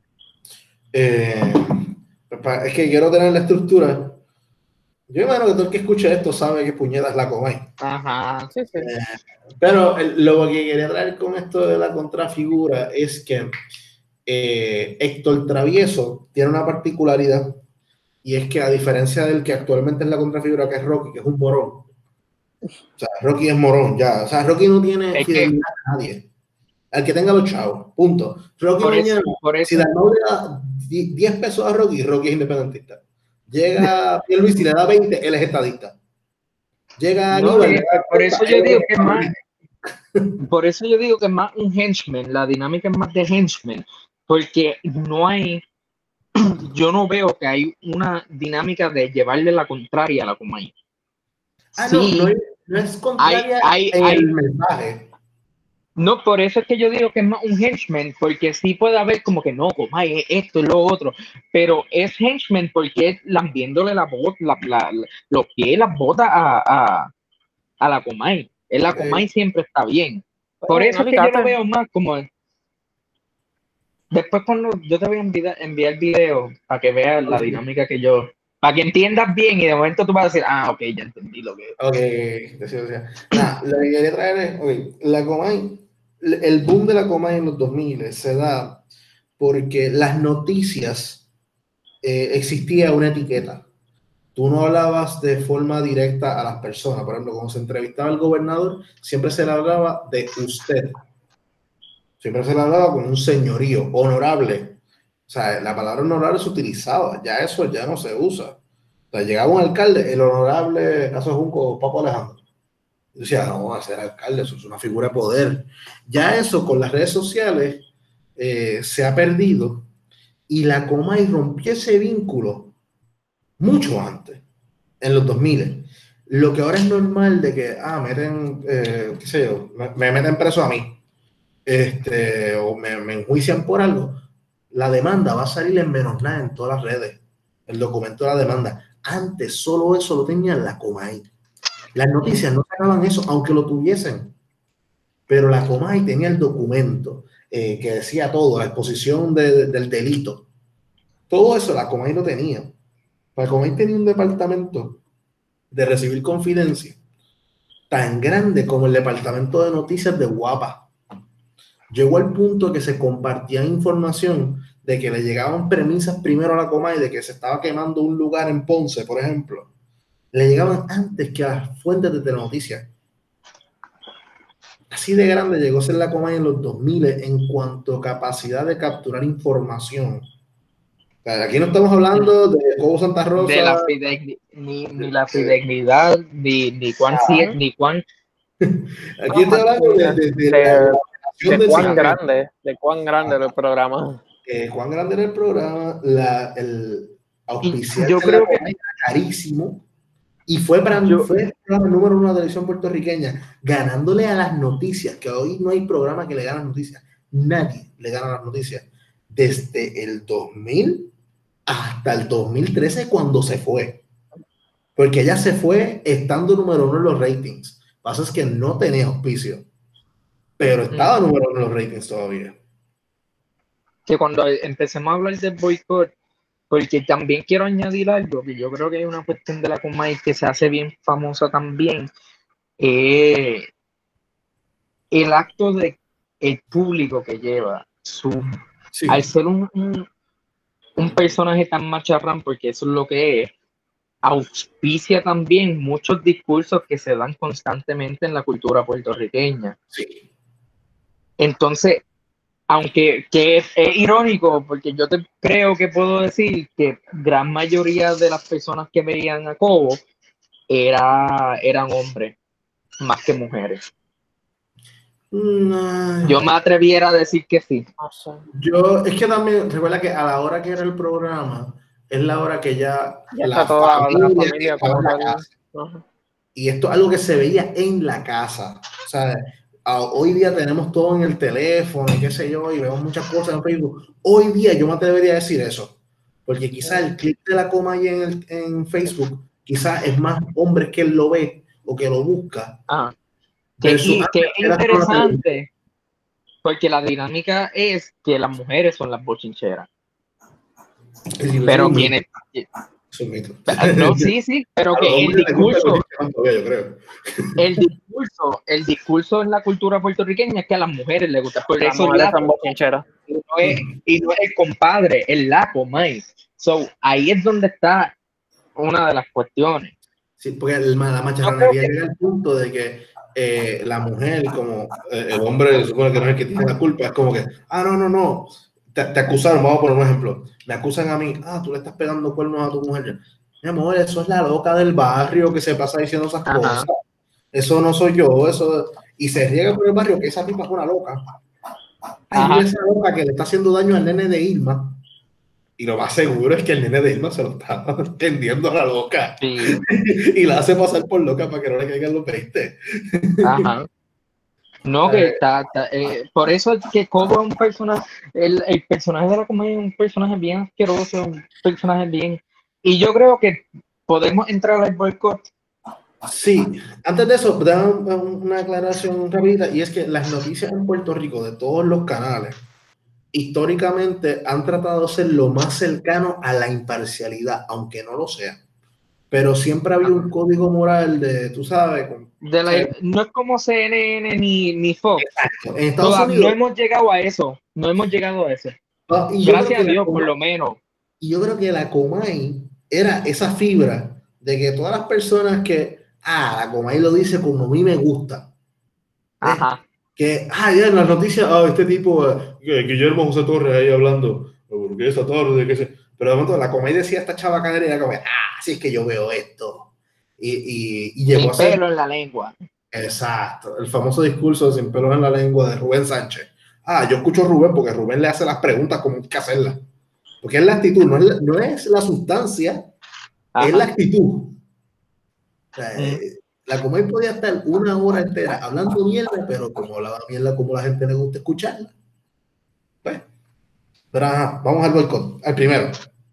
Eh, es que quiero tener la estructura. Yo imagino que todo el que escuche esto sabe que puñeta es la Comay. Ajá. Sí, sí. Eh, pero el, lo que quería traer con esto de la contrafigura es que eh, Héctor Travieso tiene una particularidad, y es que a diferencia del que actualmente es la contrafigura, que es Rocky, que es un morón. O sea, Rocky es morón, ya. O sea, Rocky no tiene es fidelidad que, a nadie. Al que tenga los chavos, punto. Rocky por mañana, eso, por eso. si Dalmau le da diez pesos a Rocky, Rocky es independentista. Llega Pierluisi y le da veinte, él es estadista. Llega no, Aníbal, eh, por eso yo digo que es más, por eso yo digo que es más un henchman, la dinámica es más de henchman, porque no hay, yo no veo que hay una dinámica de llevarle la contraria a la Comay. Ah, sí, no, no es, no es contraria hay, hay, en hay, el mensaje. No, por eso es que yo digo que es más un henchman, porque sí puede haber como que no, Comay, esto y lo otro, pero es henchman porque es lambiéndole la bota, la, la, la, los pies, las botas a, a, a la Comay. En la Comay Okay. siempre está bien. Por eso es que yo lo veo más como... Después cuando yo te voy a enviar, enviar el video para que veas la dinámica que yo... Para que entiendas bien y de momento tú vas a decir, ah, ok, ya entendí lo que... Ok, decía, decía. Nah, lo que quería traer es, okay, la Comay, el boom de la Comay en los dos mil se da porque las noticias, eh, existía una etiqueta. Tú no hablabas de forma directa a las personas. Por ejemplo, cuando se entrevistaba al gobernador, siempre se le hablaba de usted. Siempre se le hablaba con un señorío, honorable. O sea, la palabra honorable se utilizaba. Ya eso ya no se usa. O sea, llegaba un alcalde, el honorable Caso Junco, Papo Alejandro. Y decía, no, va a ser alcalde, eso es una figura de poder. Ya eso con las redes sociales eh, se ha perdido, y la Comay rompió ese vínculo mucho antes, en los dos mil. Lo que ahora es normal de que, ah, meten, eh, qué sé yo, me, me meten preso a mí, este, o me, me enjuician por algo, la demanda va a salir en menos nada en todas las redes, el documento de la demanda. Antes solo eso lo tenían la Comay. Las noticias no sacaban eso, aunque lo tuviesen, pero la Comay tenía el documento eh, que decía todo, la exposición de, de, del delito. Todo eso la Comay lo tenía. La Comay tenía un departamento de recibir confidencia tan grande como el departamento de noticias de Guapa. Llegó al punto que se compartía información de que le llegaban premisas primero a la Comay de que se estaba quemando un lugar en Ponce, por ejemplo. Le llegaban antes que a las fuentes de telenoticias. Así de grande llegó a ser la Comay en los dos mil en cuanto a capacidad de capturar información. O sea, aquí no estamos hablando de Cobo Santa Rosa, de la fideg ni, ni la fidelidad, ni, ni cuán ah, sí, ni cuán... Aquí estoy hablando de, de, de, de, la de cuán grande, de cuán grande era el programa. Eh, Juan Grande era el programa, la, el auspiciante yo creo que era carísimo, y fue para mí, fue el programa número uno de la televisión puertorriqueña, ganándole a las noticias, que hoy no hay programa que le gane a las noticias, nadie le gana a las noticias, desde el dos mil hasta el dos mil trece cuando se fue, porque ella se fue estando número uno en los ratings. Pasa es que no tenía auspicio, pero estaba número uno en los ratings todavía. Que cuando empecemos a hablar del boicot, porque también quiero añadir algo, que yo creo que hay una cuestión de la Comay que se hace bien famosa también, eh, el acto de el público que lleva su, sí. Al ser un, un, un personaje tan macharrán, porque eso es lo que es, auspicia también muchos discursos que se dan constantemente en la cultura puertorriqueña. Sí. Entonces, aunque que es, es irónico, porque yo te creo que puedo decir que gran mayoría de las personas que veían a Cobo era, eran hombres, más que mujeres. No. Yo me atreviera a decir que sí. Yo, es que también, recuerda que a la hora que era el programa, es la hora que ya, ya la, está toda familia la familia como la casa. Uh-huh. Y esto es algo que se veía en la casa. O sea, a, hoy día tenemos todo en el teléfono y qué sé yo, y vemos muchas cosas en Facebook. Hoy día yo me atrevería a decir eso, porque quizás el clip de la Comay en, el, en Facebook, quizás es más hombres que él lo ve o que lo busca, ah. Que, Versus y, que antes, es era solo la interesante, porque la dinámica es que las mujeres son las bochincheras. televisión. Pero Es un quienes... mito, es un mito. No, sí, sí, pero A que los el hombres les gusta el discurso, bochinche todavía, yo creo. el discurso, el discurso en la cultura puertorriqueña es que a las mujeres les gusta. Por Las eso mujeres la son bochincheras. y no es, y no es el compadre, es la comay. So, ahí es donde está una de las cuestiones. Sí, porque el, la macharranería llega al punto de que eh, la mujer, como eh, el hombre supone que no es el que tiene la culpa, es como que, ah, no, no, no, te, te acusaron, vamos a poner un ejemplo, me acusan a mí, ah, tú le estás pegando cuernos a tu mujer. Mi amor, eso es la loca del barrio que se pasa diciendo esas Ajá. cosas. Eso no soy yo, eso. Y se riega por el barrio que esa tipa es una loca. Ay, Ajá. mira esa loca que le está haciendo daño al nene de Irma. Y lo más seguro es que el nene de Irma se lo está tendiendo a la loca. Sí. Y la hace pasar por loca para que no le caigan los veinte. Ajá. No, que está, está eh, por eso es que Cobo es un personaje, el, el personaje de la comedia es un personaje bien asqueroso, un personaje bien. Y yo creo que podemos entrar al boicot. Sí, antes de eso, dame una aclaración rápida, y es que las noticias en Puerto Rico de todos los canales históricamente han tratado de ser lo más cercano a la imparcialidad, aunque no lo sea. Pero siempre ha habido un código moral de, tú sabes, con, De la, eh, no es como C N N ni, ni Fox. exacto. En Estados Toda, Unidos. no hemos llegado a eso. No hemos llegado a eso. Ah, y yo Gracias creo a que Dios, la, por lo menos. y yo creo que la Comay era esa fibra de que todas las personas que, ah, la Comay lo dice como a mí me gusta. ¿Ves? Ajá. Que, ah, ya en las noticias, ah, este tipo, eh, Guillermo José Torres ahí hablando, porque esa tarde, que se... Pero de momento la Comay decía esta chavacanera y era como, ah, sí es que yo veo esto. Y, y, y llegó Sin a ser... pelo en la lengua. Exacto, el famoso discurso de sin pelos en la lengua de Rubén Sánchez. Ah, yo escucho a Rubén porque Rubén le hace las preguntas como hay que hacerlas. Porque es la actitud, no es la, no es la sustancia, Ajá. es la actitud. O sea, Mm. eh, la Comay podía estar una hora entera hablando mierda, pero como hablaba mierda, como la gente le gusta escucharla. Pues, pero ajá, vamos al boicot, al primero.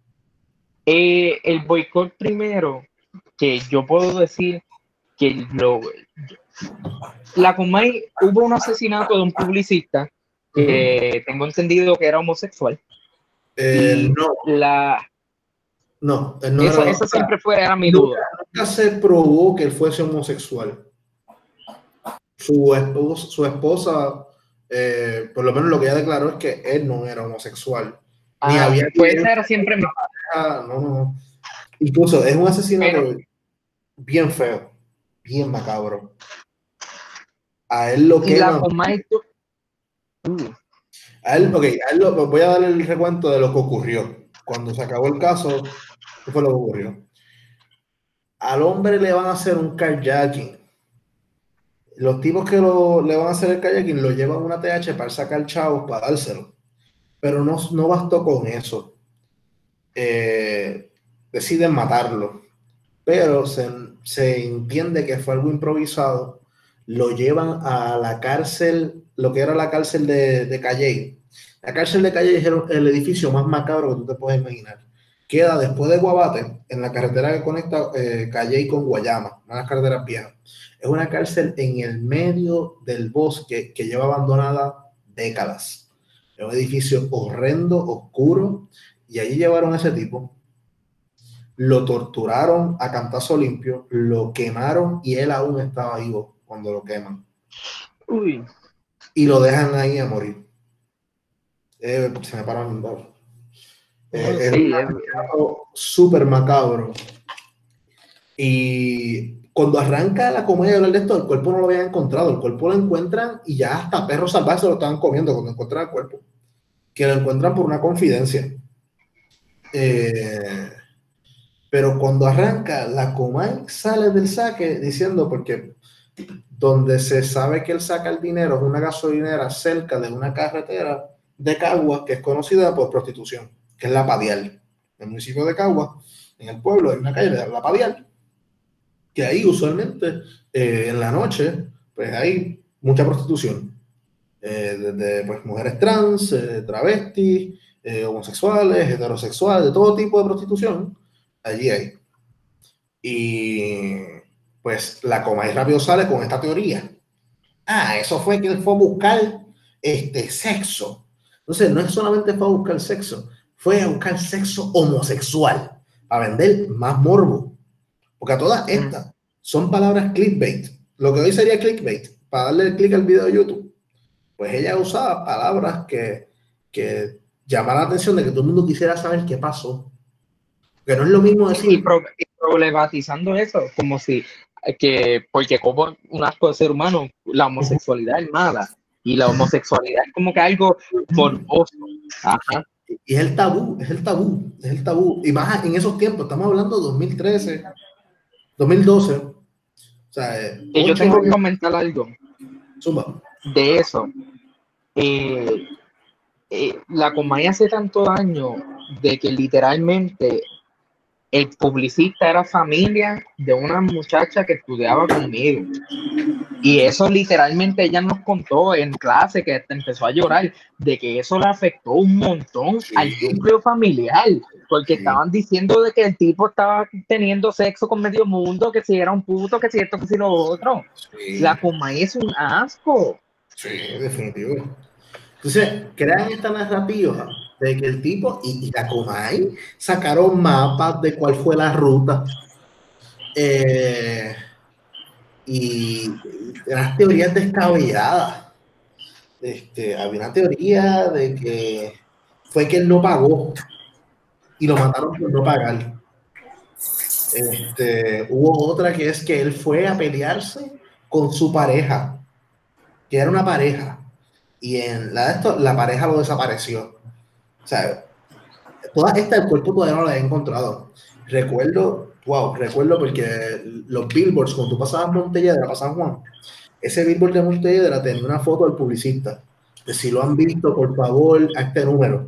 Eh, el boicot primero, que yo puedo decir que lo, la Comay, hubo un asesinato de un publicista que uh-huh. tengo entendido que era homosexual. Eh, no. La, no, no esa, era, esa siempre fue, era mi nunca, duda. Nunca se probó que él fuese homosexual. Su esposa, su esposa eh, por lo menos lo que ella declaró es que él no era homosexual. Ah, ni había pues esa era siempre mi... no, no. Incluso es un asesinato Pero, bien feo, bien macabro. A él lo que la Comay uh. a él, okay, a él lo, voy a dar el recuento de lo que ocurrió cuando se acabó el caso. ¿Qué fue lo que ocurrió? Al hombre le van a hacer un carjacking. Los tipos que lo, le van a hacer el kayaking lo llevan a una T H para sacar chavos, para dárselo. Pero no, no bastó con eso. Eh, deciden matarlo. Pero se, se entiende que fue algo improvisado. Lo llevan a la cárcel, lo que era la cárcel de, de Calley. La cárcel de Calley es el, el edificio más macabro que tú te puedes imaginar. Queda después de Guabate, en la carretera que conecta eh, Calley con Guayama, una de las carreteras viejas. Es una cárcel en el medio del bosque que lleva abandonada décadas. Es un edificio horrendo, oscuro, y allí llevaron a ese tipo, lo torturaron a cantazo limpio, lo quemaron y él aún estaba vivo cuando lo queman. Uy. Y lo dejan ahí a morir. Eh, se me paran un dos. Eh, es sí, un súper macabro. Y cuando arranca la comedia de hablar de esto, el cuerpo no lo habían encontrado. El cuerpo lo encuentran y ya hasta perros salvajes se lo estaban comiendo cuando encuentran el cuerpo. Que lo encuentran por una confidencia. Eh, pero cuando arranca, la Comay sale del saque diciendo, porque donde se sabe que él saca el dinero es una gasolinera cerca de una carretera de Caguas que es conocida por prostitución, que es La Padial. En el municipio de Caguas, en el pueblo, hay una calle de La Padial, que ahí usualmente eh, en la noche pues hay mucha prostitución. Eh, desde pues, mujeres trans, eh, travestis, eh, homosexuales, heterosexuales, de todo tipo de prostitución, allí hay. Y pues la Comay rápido sale con esta teoría Ah, eso fue que él fue a buscar este, sexo. Entonces, no es solamente fue a buscar sexo, fue a buscar sexo homosexual para vender más morbo. Porque a todas estas son palabras clickbait. Lo que hoy sería clickbait, para darle clic al video de YouTube, pues ella usaba palabras que, que llamaran la atención de que todo el mundo quisiera saber qué pasó. Que no es lo mismo decir. Y, pro, y problematizando eso, como si que, porque como un asco de ser humano, la homosexualidad es mala. Y la homosexualidad es como que algo morboso. Ajá. Y es el tabú, es el tabú, es el tabú. Y más en esos tiempos, estamos hablando de dos mil trece, dos mil doce. O sea, y yo tengo que comentar algo Zumba. de eso. Eh, eh, la Comay hace tanto daño de que literalmente el publicista era familia de una muchacha que estudiaba conmigo. Y eso literalmente ella nos contó en clase, que empezó a llorar, de que eso le afectó un montón sí. al núcleo familiar, porque sí. estaban diciendo de que el tipo estaba teniendo sexo con medio mundo, que si era un puto, que si esto, que si lo otro. Sí. La Comay es un asco. Sí, definitivo. Entonces, crean esta narrativa de que el tipo y, y la Comay sacaron mapas de cuál fue la ruta. Eh, y las teorías descabelladas. Este, había una teoría de que fue que él no pagó y lo mataron por no pagar. Este, hubo otra que es que él fue a pelearse con su pareja, que era una pareja, y en la de esto, la pareja lo desapareció. O sea, toda esta el cuerpo todavía no la he encontrado. Recuerdo, wow, recuerdo porque los billboards, cuando tú pasabas Montelledra para San Juan, ese billboard de Montelledra tenía una foto del publicista. De si lo han visto, por favor, a este número.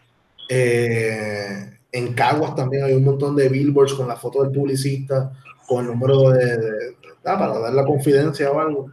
Eh, en Caguas también hay un montón de billboards con la foto del publicista, con el número de, de, de ah, para dar la confidencia o algo.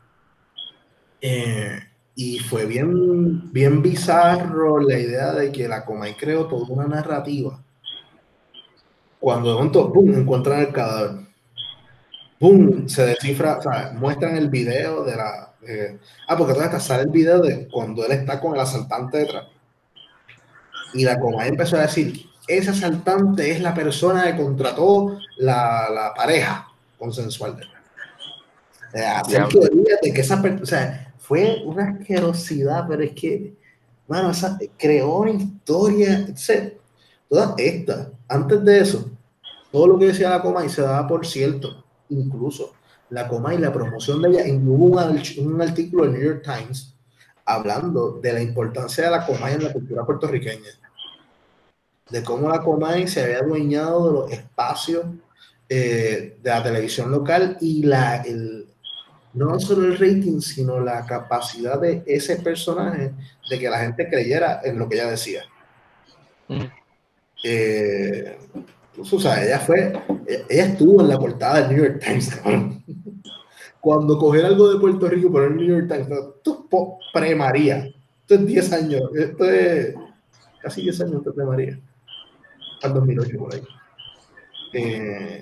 Eh, y fue bien, bien bizarro la idea de que la Comay creó toda una narrativa. Cuando de momento, ¡pum!, encuentran el cadáver. ¡Pum!, se descifra, o sea, muestran el video de la... Eh, ah, porque todavía hasta sale el video de cuando él está con el asaltante detrás. Y la Comay empezó a decir, ese asaltante es la persona que contrató la, la pareja consensual de él. Eh, hacer teorías de que esa persona... O sea, fue una asquerosidad, pero es que, bueno, esa, creó una historia, etcétera. Todas estas, antes de eso, todo lo que decía la Comay se daba por cierto. Incluso la Comay, la promoción de ella, hubo un, un artículo del New York Times hablando de la importancia de la Comay en la cultura puertorriqueña, de cómo la Comay se había adueñado de los espacios eh, de la televisión local y la, el, no solo el rating, sino la capacidad de ese personaje de que la gente creyera en lo que ella decía. Mm. Eh, pues, o sea, ella fue, ella estuvo en la portada del New York Times, cabrón. Cuando coger algo de Puerto Rico por el New York Times, esto es pre-María, esto es diez años, esto es casi diez años antes de María, al dos mil ocho por ahí. Eh,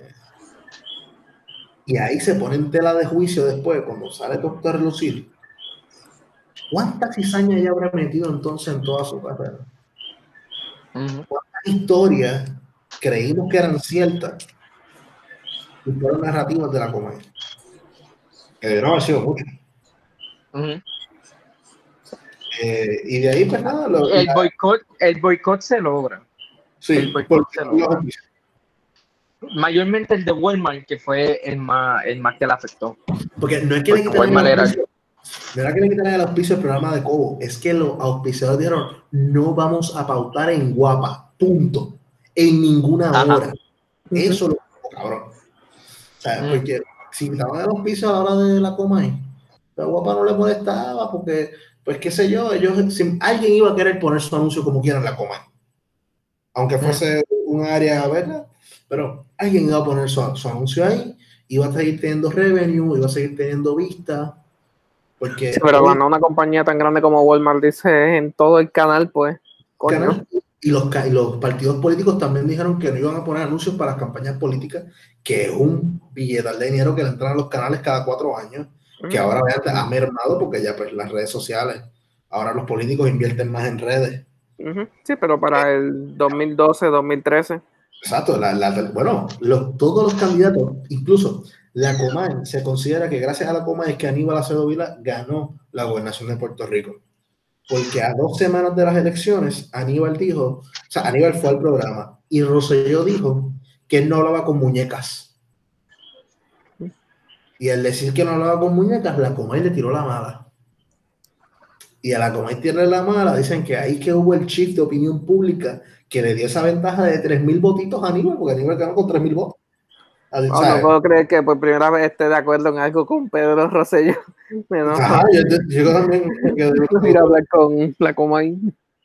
y ahí se pone en tela de juicio después, cuando sale todo esto a relucir. ¿Cuántas cizañas ella habrá metido entonces en toda su carrera? Uh-huh. ¿Cuántas historias creímos que eran ciertas y fueron narrativas de la Comay? Que debieron haber sido muchas. Uh-huh. Eh, y de ahí, pues nada. Lo, el, la... boicot, el boicot se logra. Sí, el boicot se logra. Mayormente el de Walmart, que fue el más, el más que le afectó. Porque no es que, le quitaran, el auspicio, no era que le quitaran el auspicio del programa de Cobo, es que los auspiciadores dijeron, no vamos a pautar en Guapa, punto, en ninguna Ajá. hora. Uh-huh. Eso lo cabrón. O sea, uh-huh. porque si quitaban el auspicio a la hora de la Comay, la Guapa no le molestaba, porque, pues qué sé yo, ellos, si, alguien iba a querer poner su anuncio como quiera en la Comay. Aunque fuese uh-huh. un área, ¿verdad? Pero alguien iba a poner su, su anuncio ahí, iba a seguir teniendo revenue, iba a seguir teniendo vistas. Porque sí, pero cuando una compañía tan grande como Walmart dice en todo el canal, pues. Canal, y, los, y los partidos políticos también dijeron que no iban a poner anuncios para las campañas políticas, que es un billetal de dinero que le entran a los canales cada cuatro años. que ahora obviamente ha mermado porque ya pues las redes sociales, ahora los políticos invierten más en redes. Uh-huh. Sí, pero para el dos mil doce, dos mil trece. Exacto, la, la, bueno, los, todos los candidatos, incluso la Comay, se considera que gracias a la Comay es que Aníbal Acevedo Vila ganó la gobernación de Puerto Rico. Porque a dos semanas de las elecciones, Aníbal dijo, o sea, Aníbal fue al programa y Rosselló dijo que él no hablaba con muñecas. Y al decir que no hablaba con muñecas, la Comay le tiró la mala. Y a la Comay tirarle la mala, dicen que ahí que hubo el shift de opinión pública que le dio esa ventaja de tres mil votitos a Aníbal, porque Aníbal ganó con tres mil votos. Oh, no puedo creer que por primera vez esté de acuerdo en algo con Pedro Rosselló. Ajá, yo, yo también quiero ir a hablar con la Comay.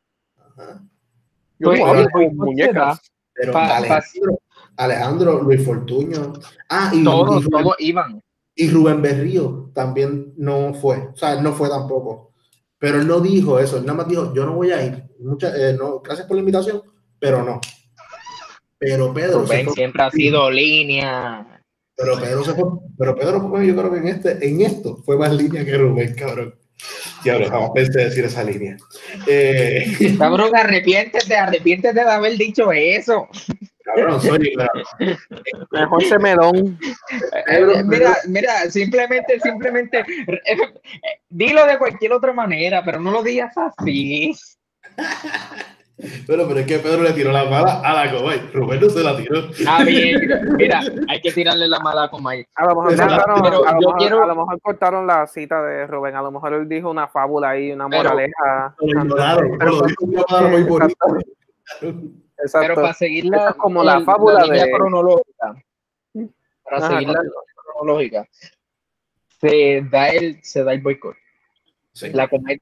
Yo no hablo con muñecas. Pero pa, Alejandro, pa, Alejandro, Luis Fortuño, ah, y, todos, y, Rubén, todos iban. Y Rubén Berrío también no fue, o sea, no fue tampoco. Pero él no dijo eso, él nada más dijo, yo no voy a ir. Mucha, eh, no, gracias por la invitación, pero no. Pero Pedro Rubén fue, siempre ha sido línea. Pero Pedro se fue, pero Pedro fue, yo creo que en este, en esto fue más línea que Rubén, cabrón. Diablo, jamás pensé decir esa línea. Eh, Cabrón, arrepiéntete, arrepiéntete de haber dicho eso. Cabrón, soy claro. Mejor ese melón. Pedro, mira, mira, simplemente, simplemente, eh, dilo de cualquier otra manera, pero no lo digas así. Pero, pero es que Pedro le tiró la mala a la Comay. Rubén no se la tiró. Ah, bien, mira, hay que tirarle la mala a Comay. A lo mejor, cortaron, pero a, lo mejor, quiero... a lo mejor cortaron la cita de Rubén. A lo mejor él dijo una fábula ahí, una moraleja. Pero, ignoraron, pero lo dijo una palabra muy bonita. Exacto. Pero para seguir la, es como la, el, fábula la línea de... cronológica, para Ajá, seguir la línea cronológica, se da el, se da el boicot. Sí. La Comay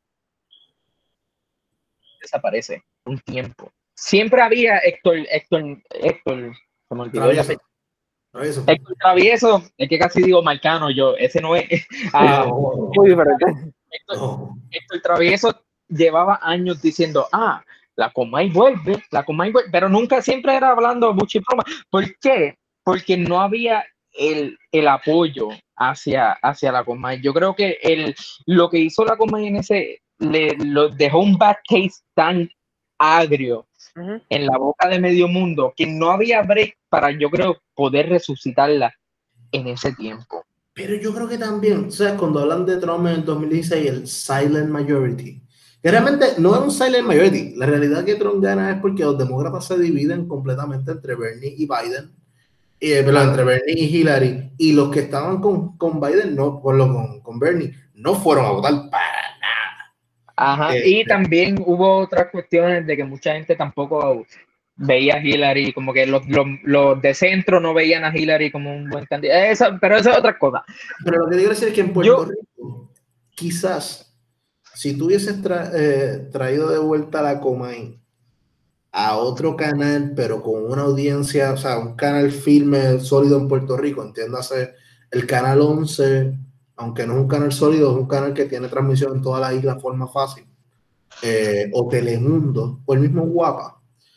desaparece un tiempo. Siempre había Héctor, Héctor, Héctor, se me olvidó ya. Travieso. Héctor Travieso, es que casi digo Marcano yo, ese no es. Ah, no, muy diferente. Héctor, no. Héctor Travieso llevaba años diciendo, ah, la Comay vuelve, la Comay vuelve, pero nunca siempre era hablando mucho y broma. ¿Por qué? Porque no había el, el apoyo hacia, hacia la Comay. Yo creo que el, lo que hizo la Comay en ese, le lo dejó un bad taste tan agrio uh-huh. en la boca de medio mundo que no había break para, yo creo, poder resucitarla en ese tiempo. Pero yo creo que también, o sea, cuando hablan de Trump en el dos mil dieciséis, el silent majority, que realmente no es un silent majority. La realidad que Trump gana es porque los demócratas se dividen completamente entre Bernie y Biden, eh, perdón, entre Bernie y Hillary, y los que estaban con, con Biden, no, por lo con, con Bernie, no fueron a votar para nada. Ajá, eh, y eh, también hubo otras cuestiones de que mucha gente tampoco veía a Hillary, como que los, los, los de centro no veían a Hillary como un buen candidato, eso, pero eso es otra cosa. Pero lo que quiero decir es que en Puerto Yo, Rico, quizás, si tú hubieses tra eh, traído de vuelta la Comay a otro canal, pero con una audiencia, o sea, un canal firme, sólido en Puerto Rico, entiéndase, el canal once, aunque no es un canal sólido, es un canal que tiene transmisión en toda la isla de forma fácil, eh, o Telemundo, o el mismo Guapa,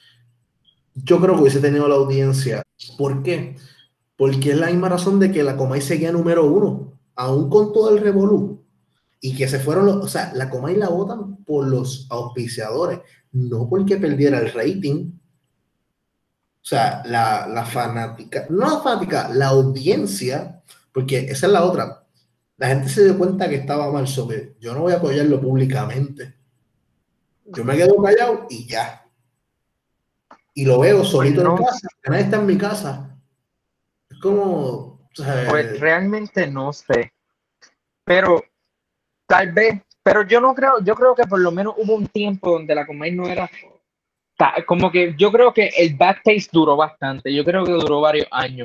yo creo que hubiese tenido la audiencia. ¿Por qué? Porque es la misma razón de que la Comay seguía número uno, aún con todo el revolú, y que se fueron los, o sea, la Comay la votan por los auspiciadores, no porque perdiera el rating. O sea, la, la fanática, no la fanática, la audiencia, porque esa es la otra. La gente se dio cuenta que estaba mal, sobre yo no voy a apoyarlo públicamente. Yo me quedo callado y ya. Y lo veo solito pues no, en casa, que nadie está en mi casa. Es como... O sea, pues realmente no sé. Pero tal vez, pero yo no creo, yo creo que por lo menos hubo un tiempo donde la Comay no era... Como que yo creo que el bad taste duró bastante. Yo creo que duró varios años.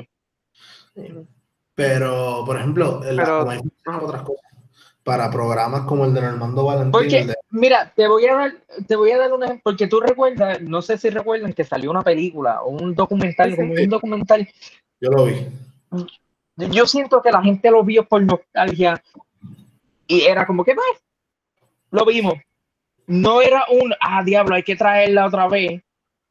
Pero, por ejemplo, la pero, Comay uh-huh. otras cosas. Para programas como el de Normando Valentín. Porque, de... mira, te voy a dar, te voy a dar un ejemplo, porque tú recuerdas, no sé si recuerdan que salió una película o un documental, como un documental. Yo lo vi. Yo siento que la gente lo vio por nostalgia y era como que, pues, lo vimos. No era un, ah, diablo, hay que traerla otra vez.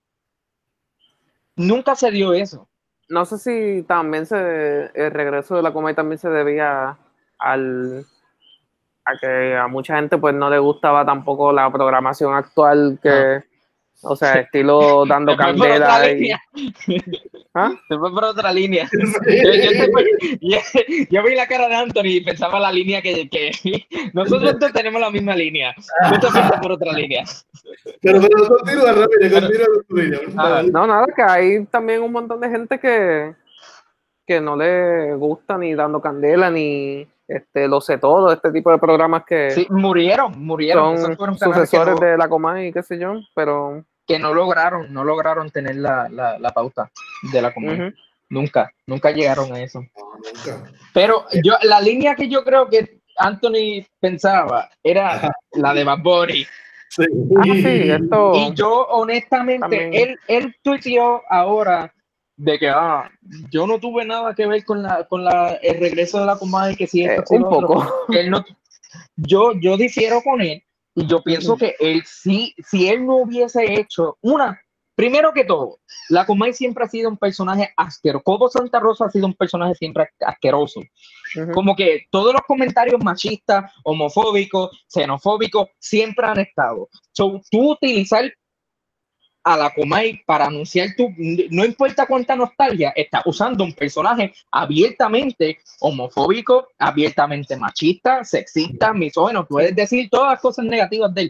Nunca se dio eso. No sé si también se, el regreso de la Comay también se debía al a que a mucha gente pues no le gustaba tampoco la programación actual que, o sea, estilo dando Se fue por otra candela y... línea. ¿Ah? Se fue por otra línea. Yo, yo, te- yo- yo vi la cara de Anthony y pensaba la línea que, que nosotros dos tenemos la misma línea. Tú te fuiste por otra línea. Pero, pero continúa, rápido, continúa con tu línea, por favor. No, nada, que hay también un montón de gente que, que no le gusta ni dando candela, ni este, lo sé todo, este tipo de programas que Sí, murieron, murieron. Esos son fueron canales que sucesores no, de la Comay, qué sé yo, pero... que no lograron, no lograron tener la, la, la pauta de la Comay. Ujú. Nunca, nunca llegaron a eso. No, nunca. Pero yo, la línea que yo creo que Anthony pensaba era Ajá. la de Bad Bunny. Sí. Ah, sí, esto... Y yo, honestamente, También. él, él tuiteó ahora de que ah, yo no tuve nada que ver con la con la el regreso de la Comay, que si esto, Eh, si un lo otro. poco. Él no, yo, yo difiero con él y yo pienso Ujú. que él sí, si él no hubiese hecho una, primero que todo, la Comay siempre ha sido un personaje asqueroso. Cobo Santa Rosa ha sido un personaje siempre asqueroso. Ujú. Como que todos los comentarios machistas, homofóbicos, xenofóbicos, siempre han estado. So, tú utilizar a la Comay para anunciar tu, no importa cuánta nostalgia, está usando un personaje abiertamente homofóbico, abiertamente machista, sexista, misógino, puedes decir todas las cosas negativas de él.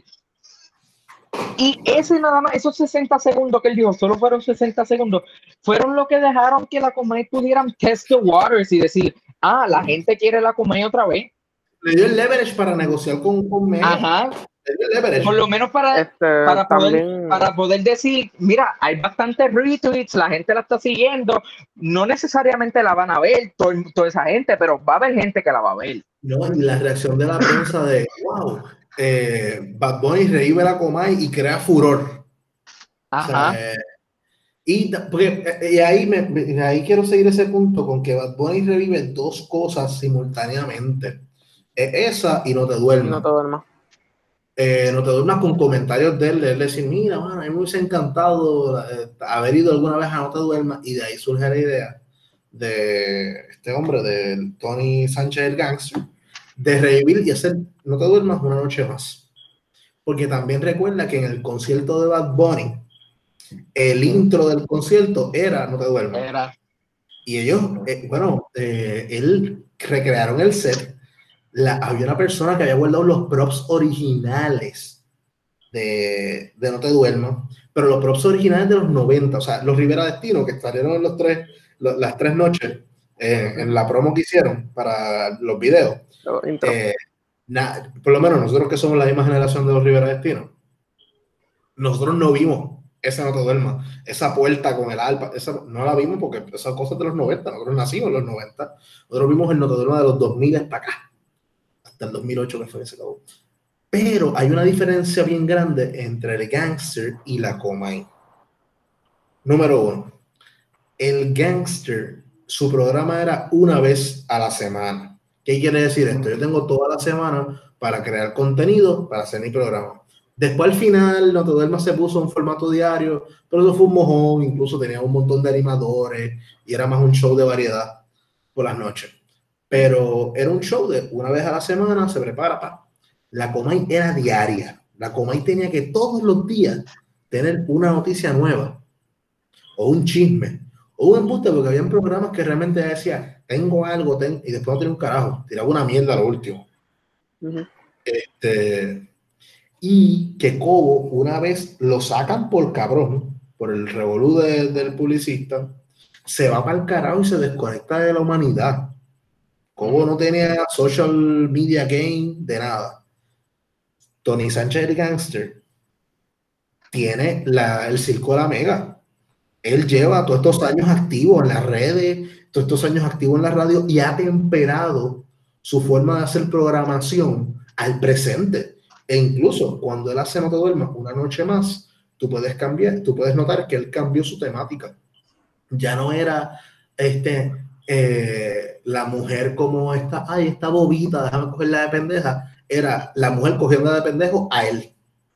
Y ese nada más, esos sesenta segundos que él dijo, solo fueron sesenta segundos, fueron lo que dejaron que la Comay pudieran test the waters y decir, ah, la gente quiere la Comay otra vez. Le dio el leverage para negociar con, con Mega. Ajá. Le dio el leverage. Por lo menos para, Este, para, poder, también... para poder decir, mira, hay bastantes retweets, la gente la está siguiendo, no necesariamente la van a ver todo, toda esa gente, pero va a haber gente que la va a ver. No, y la reacción de la prensa de, wow, eh, Bad Bunny revive la Comay y crea furor. Ajá. O sea, eh, y, porque, eh, y ahí, me, me- ahí quiero seguir ese punto con que Bad Bunny revive dos cosas simultáneamente. Eh, esa y No Te Duermas. No te duermas. Eh, no te duermas con comentarios de él, de él decir, mira, man, a mí me hubiese encantado eh, haber ido alguna vez a No Te Duermas, y de ahí surge la idea de este hombre, de Tony Sánchez el Gangster, de revivir y hacer No Te Duermas una noche más. Porque también recuerda que en el concierto de Bad Bunny, el intro del concierto era No Te Duermas. Era. Y ellos, eh, bueno, eh, él recrearon el set. La, había una persona que había guardado los props originales de, de No Te Duermas, pero los props originales de los noventa, o sea, los Rivera Destino, que salieron en los tres, lo, las tres noches, eh, en la promo que hicieron para los videos. Eh, na, por lo menos nosotros que somos la misma generación de los Rivera Destino, nosotros no vimos esa No Te Duermas, esa puerta con el alpa, esa, no la vimos porque esas cosas de los noventa, nosotros nacimos en los noventa, nosotros vimos el No Te Duermas de los dos mil hasta acá, hasta el dos mil ocho que fue ese acabó. Pero hay una diferencia bien grande entre el Gangster y la Comay. Número uno, el Gangster, su programa era una vez a la semana. ¿Qué quiere decir esto? Yo tengo toda la semana para crear contenido, para hacer mi programa. Después al final, No Te Duermas se puso en formato diario, pero eso fue un mojón, incluso tenía un montón de animadores y era más un show de variedad por las noches. Pero era un show de una vez a la semana, se prepara, pa. La Comay era diaria. La Comay tenía que todos los días tener una noticia nueva, o un chisme, o un embuste, porque había programas que realmente decía, tengo algo, ten... y después no tenía un carajo, tiraba una mierda a lo último. Uh-huh. Este, y que Cobo, una vez lo sacan por cabrón, por el revolú de, del publicista, se va para el carajo y se desconecta de la humanidad. Cobo no tenía social media game de nada. Tony Sánchez el Gangster tiene la, el circo de la Mega. Él lleva todos estos años activo en las redes, todos estos años activo en la radio, y ha temperado su forma de hacer programación al presente. E incluso cuando él hace No Te Duermas una noche más, tú puedes cambiar, tú puedes notar que él cambió su temática. Ya no era este, eh, la mujer como esta, ay, esta bobita, déjame cogerla de pendeja. Era la mujer cogiendo de pendejo a él.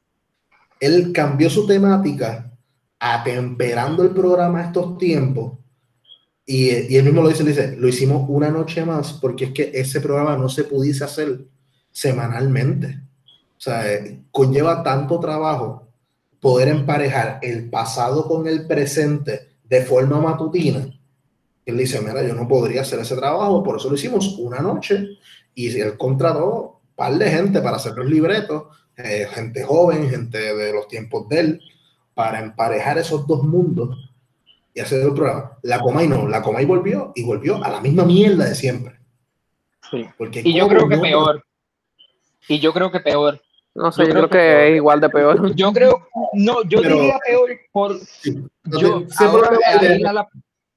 Él cambió su temática, atemperando el programa a estos tiempos, Y, y él mismo lo dice, dice, lo hicimos una noche más porque es que ese programa no se pudiese hacer semanalmente. O sea, eh, conlleva tanto trabajo poder emparejar el pasado con el presente de forma matutina. Él dice, mira, yo no podría hacer ese trabajo, por eso lo hicimos una noche. Y él contrató un par de gente para hacer los libretos, eh, gente joven, gente de los tiempos de él, para emparejar esos dos mundos y hacer el programa. La Comay no, la Comay volvió y volvió a la misma mierda de siempre. Sí. Porque y yo creo que no, peor. Y yo creo que peor. No sé, yo, yo creo, creo que, que es igual de peor. Yo creo, no, yo Pero, diría peor por sí, no yo te, ahora a ir a la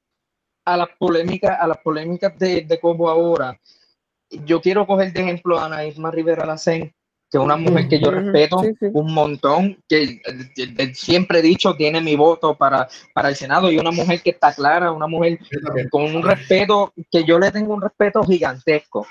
a las polémicas, a las polémicas de, de Cobo ahora. Yo quiero coger de ejemplo a Ana Isma Rivera Lacén, que es una mujer que yo respeto sí, sí. un montón, que siempre he dicho tiene mi voto para, para el Senado, y una mujer que está clara, una mujer con un respeto, que yo le tengo un respeto gigantesco.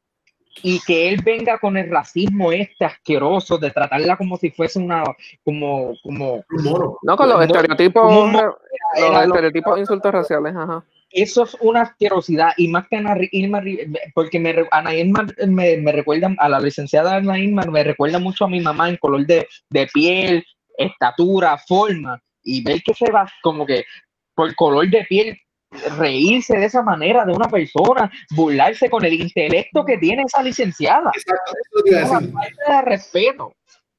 Y que él venga con el racismo este asqueroso de tratarla como si fuese una, como, como, no, con los no, estereotipos, como un, los era estereotipos, insultos raciales, ajá. Eso es una asquerosidad, y más que Ana Irma, porque me, Ana Irma me, me recuerda a la licenciada Ana Irma, me recuerda mucho a mi mamá en color de, de piel, estatura, forma, y ver que se va como que por color de piel, reírse de esa manera de una persona, burlarse con el intelecto que tiene esa licenciada. Exacto, eso te iba a decir. Una falta de respeto.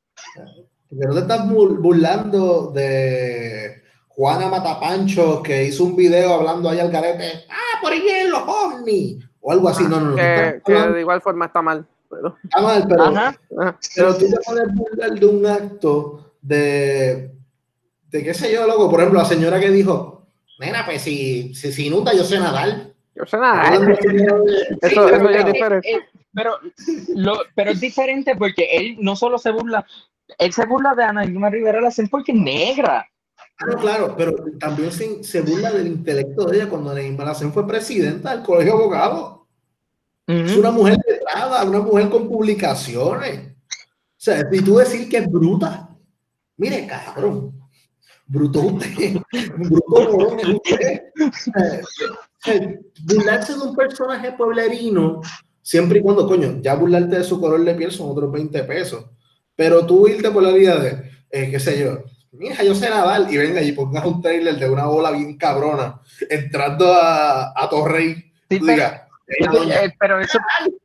Porque no te estás burlando de Juana Matapancho, que hizo un video hablando ahí al garete, ah, por ahí vienen los ovnis, o algo así. No, no, no. Que, que de igual forma está mal. Pero... Está mal, pero, Ajá. pero tú te pones burlar de un acto de, de qué sé yo, loco. Por ejemplo, la señora que dijo, nena, pues si, si, si inunda, yo sé nadar. Yo sé nadar. Eso, eso ya es diferente. Eh, pero, lo, pero es diferente porque él no solo se burla, él se burla de Ana Irma Rivera Lacén porque es negra. Claro, claro, pero también se, se burla del intelecto de ella cuando Ana Irma Lacén fue presidenta del Colegio de Abogados. Uh-huh. Es una mujer letrada, una mujer con publicaciones. O sea, y tú decir que es bruta, mire, cabrón, bruto usted, bruto morón es usted. Eh, burlarse de un personaje pueblerino, siempre y cuando, coño, ya burlarte de su color de piel son otros veinte pesos. Pero tú irte por la vida de, eh, qué sé yo, mija, yo sé nadar, y venga y pongas un trailer de una bola bien cabrona entrando a, a Torrey. Sí, pero, diga, pero, eh, pero eso,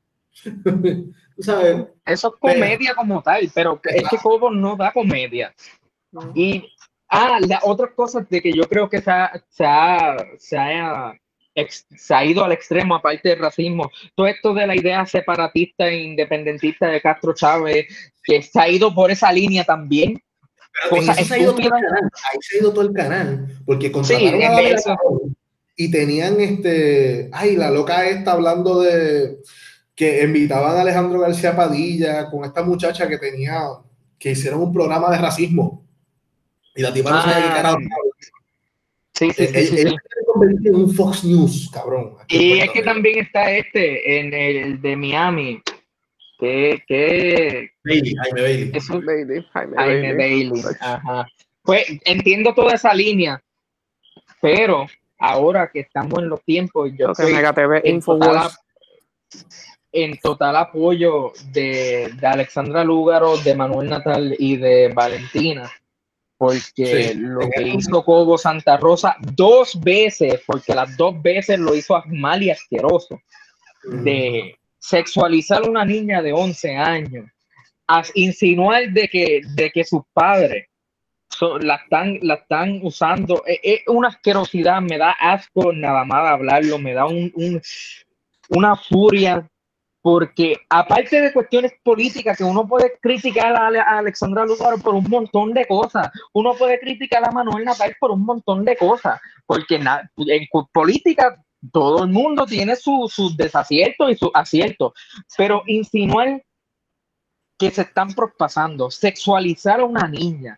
¿sabes? Eso es comedia pero, como tal, pero es que Cobo no da comedia. No. Y, ah, la otra cosa de que yo creo que se ha, se ha, se ha, ex, se ha ido al extremo, aparte del racismo, todo esto de la idea separatista e independentista de Castro Chávez, que se ha ido por esa línea también. Cosa se ha ido todo el canal, ahí se ha ido todo el canal, porque contrataron sí, a Dávila y tenían este, ay, la loca esta hablando de que invitaban a Alejandro García Padilla con esta muchacha que tenía, que hicieron un programa de racismo y la tipa no sabía qué carajo. Sí, sí, sí, sí, ella sí. se convirtió en un Fox News, cabrón. Y es que también está este, en el de Miami, que, que Bailey, Jaime Bailey. Es un, Bailey, Jaime, Jaime Bailey. Bailey. Ajá. Pues entiendo toda esa línea, pero ahora que estamos en los tiempos, yo okay, estoy Mega T V, en, total, en total apoyo de, de Alexandra Lúgaro, de Manuel Natal y de Valentina, porque sí, lo que hizo Cobo Santa Rosa dos veces, porque las dos veces lo hizo mal y asqueroso, mm. de sexualizar a una niña de once años, a insinuar de que, de que sus padres so, la, están, la están usando, es, es una asquerosidad, me da asco nada más hablarlo, me da un, un, una furia, porque aparte de cuestiones políticas, que uno puede criticar a, a Alexandra Lúgaro por un montón de cosas, uno puede criticar a Manuel Natal por un montón de cosas, porque na, en política todo el mundo tiene sus su desaciertos y sus aciertos, pero insinuar que se están propasando, sexualizar a una niña,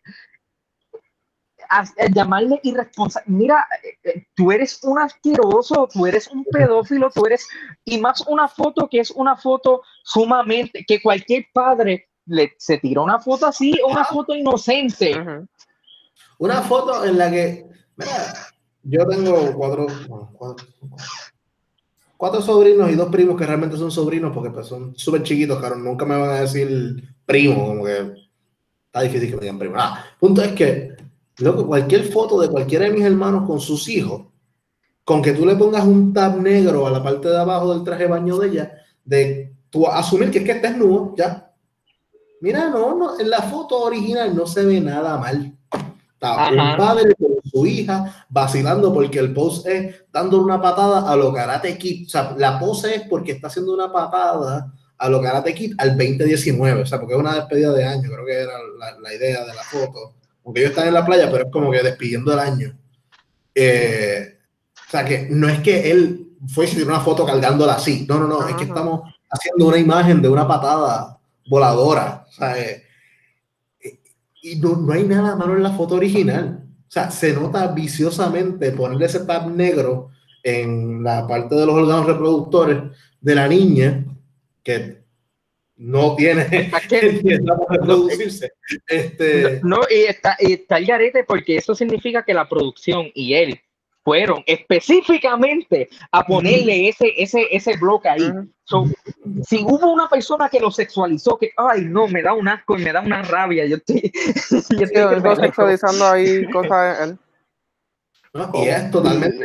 a, a llamarle irresponsable. Mira, eh, tú eres un asqueroso, tú eres un pedófilo, tú eres, y más una foto que es una foto sumamente, que cualquier padre le, se tira una foto así, una foto inocente. Uh-huh. Una foto en la que, mira, yo tengo cuatro, bueno, cuatro, cuatro sobrinos y dos primos que realmente son sobrinos porque pues, son súper chiquitos, claro, nunca me van a decir primo, como que está difícil que me digan primo. Ah, punto es que, loco, cualquier foto de cualquiera de mis hermanos con sus hijos, con que tú le pongas un tab negro a la parte de abajo del traje de baño de ella, de tú asumir que es que está desnudo, ya. Mira, no, no, en la foto original no se ve nada mal. Está Ajá. un padre con su hija vacilando porque el post es dando una patada a lo Karate Kid. O sea, la pose es porque está haciendo una patada a lo Karate Kid al veinte diecinueve. O sea, porque es una despedida de año, creo que era la, la idea de la foto. Aunque ellos están en la playa, pero es como que despidiendo el año. Eh, o sea, que no es que él fue a hacer una foto cargándola así. No, no, no. Ajá. Es que estamos haciendo una imagen de una patada voladora. O sea, eh, y no, no hay nada malo en la foto original. O sea, se nota viciosamente ponerle ese tab negro en la parte de los órganos reproductores de la niña que no tiene Es que, para reproducirse. Este, no, no, y está, y está el garete porque eso significa que la producción y él fueron específicamente a ponerle ese, ese, ese bloque ahí. Ujú. So, si hubo una persona que lo sexualizó, que, ay, no, me da un asco y me da una rabia, yo estoy, yo Sí, estoy que me único reto. sexualizando ahí cosas de él. ¿no? Y es totalmente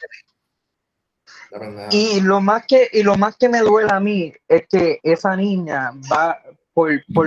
Y, y lo más que y lo más que me duele a mí es que esa niña va por por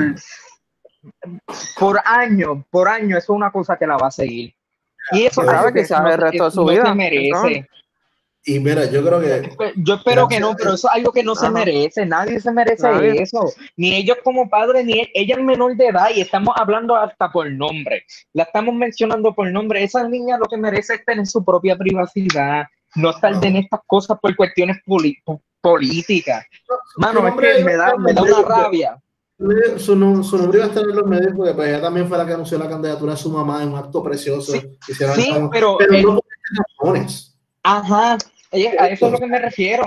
por años, por años, eso es una cosa que la va a seguir. Y eso ¿Quién es algo sabe? que Quizás no, el resto de su no se vida. merece. Y mira, yo creo que Yo espero que no, pero eso es algo que no se Ajá. merece. Nadie se merece Nadie. eso. Ni ellos como padres, ni él. Ella es menor de edad y estamos hablando hasta por nombre. La estamos mencionando por nombre. Esa niña lo que merece es tener su propia privacidad. No estar no, en estas cosas por cuestiones poli- políticas. su Mano, es nombre que iba a me estar da, en me los da una medios, rabia. su, no- su nombre iba a estar en los medios porque pues, ella también fue la que anunció la candidatura de su mamá en un acto precioso. Sí, Hicieron sí, como- pero, pero eh, no por estas razones. ajá, ella- a eso es lo que me refiero.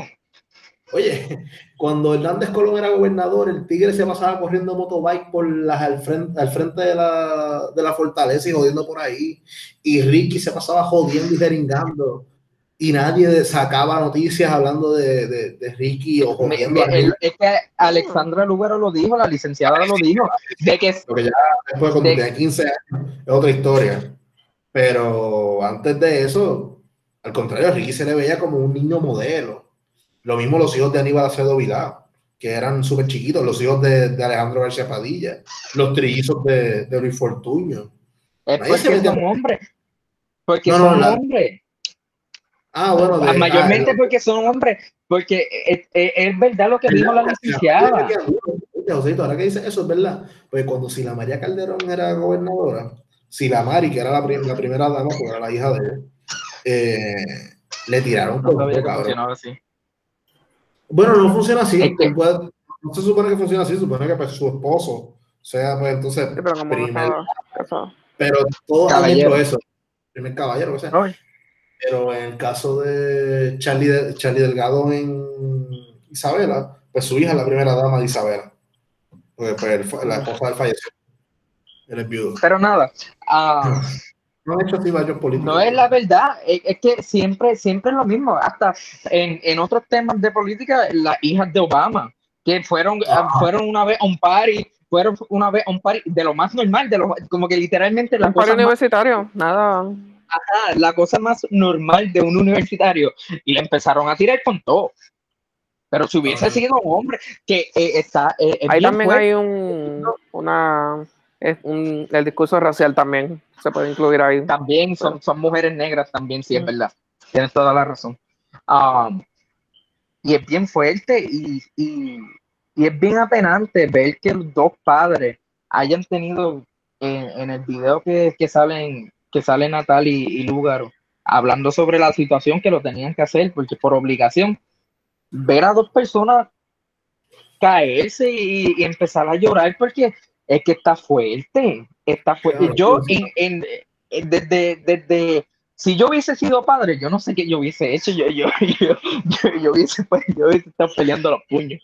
Oye, cuando Hernández Colón era gobernador, el tigre se pasaba corriendo motobike por las, al, frente, al frente de la, de la fortaleza y jodiendo por ahí. Y Ricky se pasaba jodiendo y jeringando. Y nadie sacaba noticias hablando de, de, de Ricky o Me- jodiendo me- a Ricky. el- es que Alexandra Lugaro lo dijo, la licenciada lo dijo, de que Lo que ya después, cuando de, tenía quince años, es otra historia. Pero antes de eso, al contrario, a Ricky se le veía como un niño modelo. Lo mismo los hijos de Aníbal Acevedo Vilá, que eran súper chiquitos, los hijos de, de Alejandro García Padilla, los trillizos de, de Luis Fortuño. es Nadie se porque metía. son hombres, porque No, no, son la... hombres, Ah, bueno, de... Ah, mayormente el... porque son hombres, porque es, es- es verdad lo que dijo la Sí, licenciada. Joséito, ahora que dice eso, es verdad. Pues cuando Sila María Calderón era gobernadora, Sila Mari, que era la, prim- la primera dama, porque era la hija de ella, eh, le tiraron No con sabía todo, que cabrón. funcionaba así. Bueno, no funciona así. Es que, Tú puedes, no se supone que funciona así, se supone que pues, su esposo sea, pues entonces, Sí, pero como no primer. estaba casado. Pero todos han caballero, hecho eso. Primer caballero, o sea. ay, Pero en el caso de Charlie, de, Charlie Delgado en Isabela, pues su hija es la primera dama de Isabela. Porque pues, él fue- la esposa de él falleció. Él es viudo. pero nada, ah, No han hecho así varios políticos. no es la verdad, es, es que siempre, siempre es lo mismo, hasta en, en otros temas de política, las hijas de Obama, que fueron, Ah. fueron una vez a un party, fueron una vez a un party de lo más normal, de lo, como que literalmente la Un par cosa, más, universitario, nada. ajá, la cosa más normal de un universitario, y le empezaron a tirar con todo. Pero si hubiese Ah. sido un hombre, que eh, está... Eh, es Ahí bien también fuerte. hay un, una, es un, el discurso racial también se puede incluir ahí. También son, Pero- son mujeres negras también, sí, es Mm. verdad. Tienes toda la razón. Um, y es bien fuerte y, y, y es bien apenante ver que los dos padres hayan tenido en, en el video que, que salen que sale Natal y, y Lugaro hablando sobre la situación, que lo tenían que hacer porque por obligación, ver a dos personas caerse y, y empezar a llorar porque es que está fuerte, está fuerte. Claro, Yo sí, en, en, en- desde, desde si yo hubiese sido padre, yo no sé qué yo hubiese hecho, yo, yo, yo, yo, yo hubiese, pues, yo hubiese estado peleando los puños.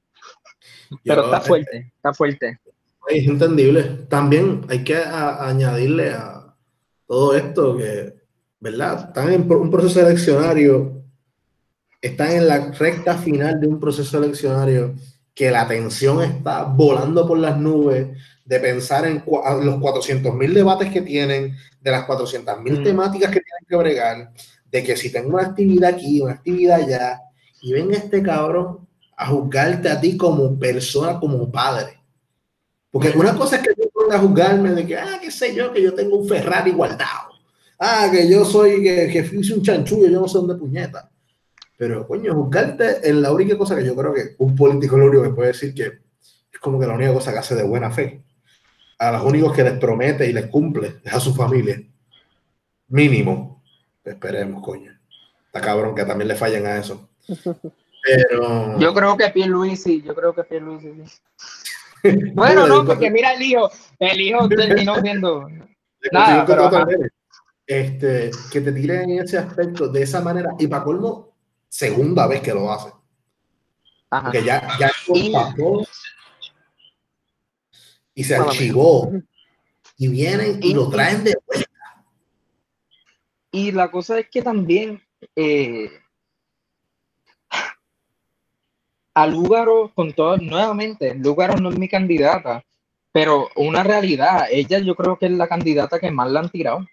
Pero yo, está fuerte, está fuerte. es entendible. También hay que a- añadirle a todo esto que ¿verdad? Están en un proceso eleccionario, están en la recta final de un proceso eleccionario que la tensión está volando por las nubes, de pensar en cua los cuatrocientos mil debates que tienen, de las cuatrocientas mil mm. temáticas que tienen que bregar, de que si tengo una actividad aquí, una actividad allá, y venga este cabrón a juzgarte a ti como persona, como padre. Porque una cosa es que yo pueda juzgarme de que, ah, qué sé yo, que yo tengo un Ferrari guardado. Ah, que yo soy, que, que fui un chanchullo, yo no sé dónde puñeta. Pero, coño, juzgarte es la única cosa que yo creo que un político lo único que puede decir que es como que la única cosa que hace de buena fe. A los únicos que les promete y les cumple es a su familia. Mínimo. Esperemos, coño. Está cabrón que también le fallen a eso. Pero... Yo creo que Pierluisi, yo creo que Pierluisi. Bueno, no, porque mira el hijo, el hijo terminó viendo nada, pero este, que te tiren en ese aspecto de esa manera, y para colmo, segunda vez que lo hace. Ajá. Porque ya, ya pasó y se archivó y vienen y, y lo traen de vuelta. Y la cosa es que también eh, a Lúgaro, con todo, nuevamente, Lúgaro no es mi candidata, pero una realidad, ella yo creo que es la candidata que más la han tirado.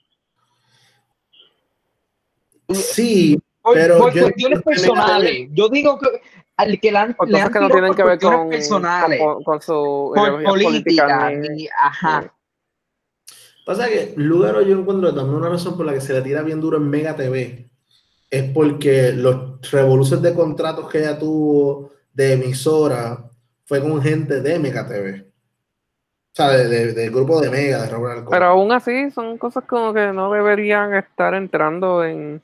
Sí, por, pero por yo cuestiones personales. Yo digo que al que la han, por le cosas han que no tienen que ver con, personales, con, con su por política, ni, ajá. Sí. Pasa que Lúgaro yo encuentro también una razón por la que se le tira bien duro en Mega T V es porque los revoluciones de contratos que ella tuvo de emisora fue con gente de Mega T V. O sea, del de, de grupo de Mega, de Robert Alcón. Pero aún así son cosas como que no deberían estar entrando en...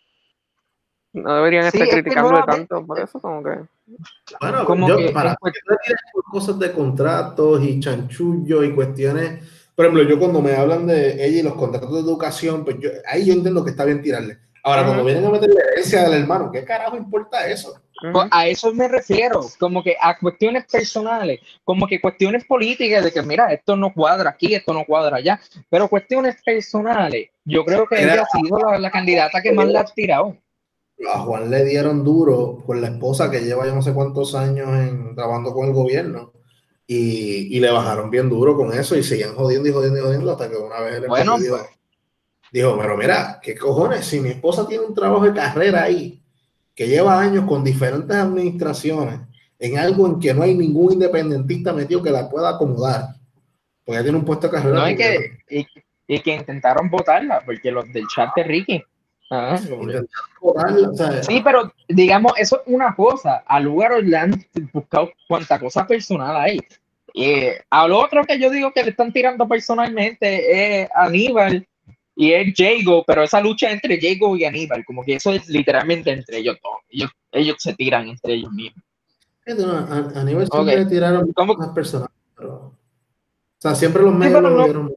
No deberían sí, estar criticando de tanto por eso, como que... Bueno, como yo, que para pues, cosas de contratos y chanchullo y cuestiones... Por ejemplo, yo cuando me hablan de ella y los contratos de educación, pues yo, ahí yo entiendo que está bien tirarle. Ahora, uh-huh. cuando vienen a meter la herencia del hermano, ¿qué carajo importa eso? Pues a eso me refiero, como que a cuestiones personales, como que cuestiones políticas, de que mira, esto no cuadra aquí, esto no cuadra allá, pero cuestiones personales, yo creo que mira, ella ha sido la, la candidata que más la ha tirado. A Juan le dieron duro por la esposa que lleva yo no sé cuántos años en, trabajando con el gobierno y, y le bajaron bien duro con eso y seguían jodiendo y jodiendo y jodiendo hasta que una vez el bueno, dijo, pues. dijo, pero mira, ¿qué cojones? Si mi esposa tiene un trabajo de carrera ahí que lleva años con diferentes administraciones en algo en que no hay ningún independentista metido que la pueda acomodar, porque ella tiene un puesto de carrera. No, y que, y, y que intentaron votarla, porque los del chat de Ricky. Ah, votarla, o sea, sí, pero digamos, eso es una cosa. A Lúgaro le han buscado cuánta cosa personal hay. Eh, a lo otro que yo digo que le están tirando personalmente es Aníbal y es Jago, pero esa lucha entre Jago y Aníbal, como que eso es literalmente entre ellos dos. Ellos, ellos se tiran entre ellos mismos. No, a, Aníbal siempre okay. le tiraron cosas personales, pero, o sea, siempre los medios sí, lo no, vieron.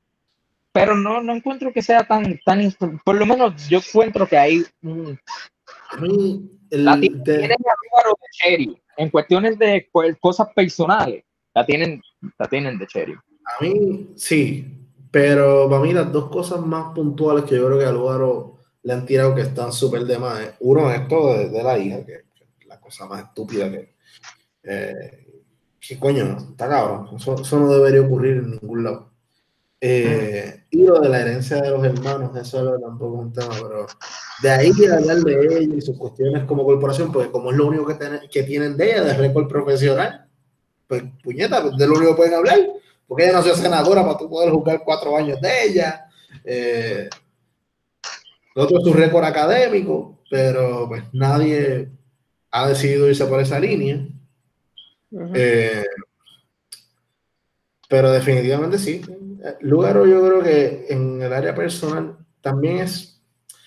Pero no, no encuentro que sea tan, tan, por lo menos yo encuentro que hay un, a mí, el, la tienen de... de Cherry, en cuestiones de cosas personales, la tienen, la tienen de Cherry. A mí, sí, pero para mí las dos cosas más puntuales que yo creo que a Lúgaro le han tirado que están súper de más, uno es esto de, de la hija, que, que es la cosa más estúpida que, eh, que coño, está cabrón, eso, eso no debería ocurrir en ningún lado. Eh, y lo de la herencia de los hermanos, eso es tampoco un tema, pero de ahí a hablar de ella y sus cuestiones como corporación, pues como es lo único que, ten, que tienen de ella, de récord profesional, pues puñeta, pues de lo único que pueden hablar, porque ella no sea senadora para tú poder jugar cuatro años de ella, eh, lo otro es su récord académico, pero pues nadie ha decidido irse por esa línea. Uh-huh. eh, pero definitivamente sí. Lúgaro yo creo que en el área personal también es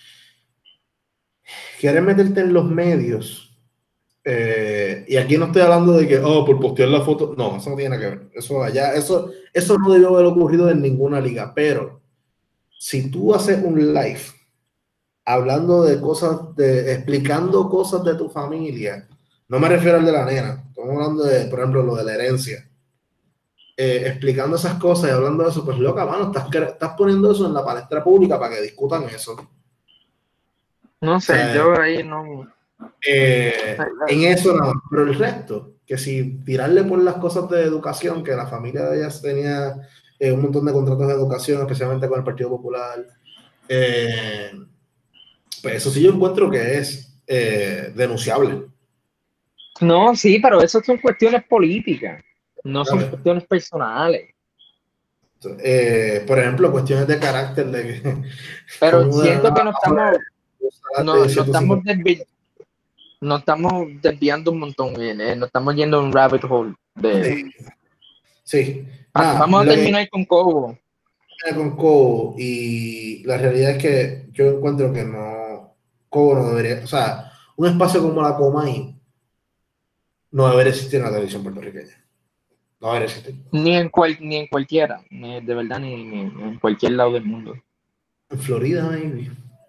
querer meterte en los medios. Eh, y aquí no estoy hablando de que, oh, por postear la foto. No, eso no tiene que ver. Eso allá, eso, eso no debió haber ocurrido en ninguna liga. Pero si tú haces un live hablando de cosas, de, explicando cosas de tu familia, no me refiero al de la nena. Estamos hablando de, por ejemplo, lo de la herencia. eh, explicando esas cosas y hablando de eso, pues loca, mano, estás, estás poniendo eso en la palestra pública para que discutan eso. No sé, O sea, yo ahí no... Eh, en eso nada más, pero el resto, que si tirarle por las cosas de educación, que la familia de ellas tenía eh, un montón de contratos de educación, especialmente con el Partido Popular, eh, pues eso sí yo encuentro que es eh, denunciable. No, sí, pero eso son cuestiones políticas, no son ¿Sabes? cuestiones personales. Eh, por ejemplo, cuestiones de carácter de que Pero como de la siento nada que no estamos, no, de no estamos, ciento cincuenta. desvi- no estamos desviando un montón, eh, eh, no estamos yendo a un rabbit hole. De, Sí, sí. Ah, Nada, vamos a lo que terminar con Cobo. con Cobo y la realidad es que yo encuentro que no, Cobo no debería, o sea, un espacio como la Comay no debería existir en la televisión puertorriqueña. No debería existir. Ni en, cual, ni en cualquiera, ni, de verdad, ni, ni en cualquier lado del mundo. En Florida, baby.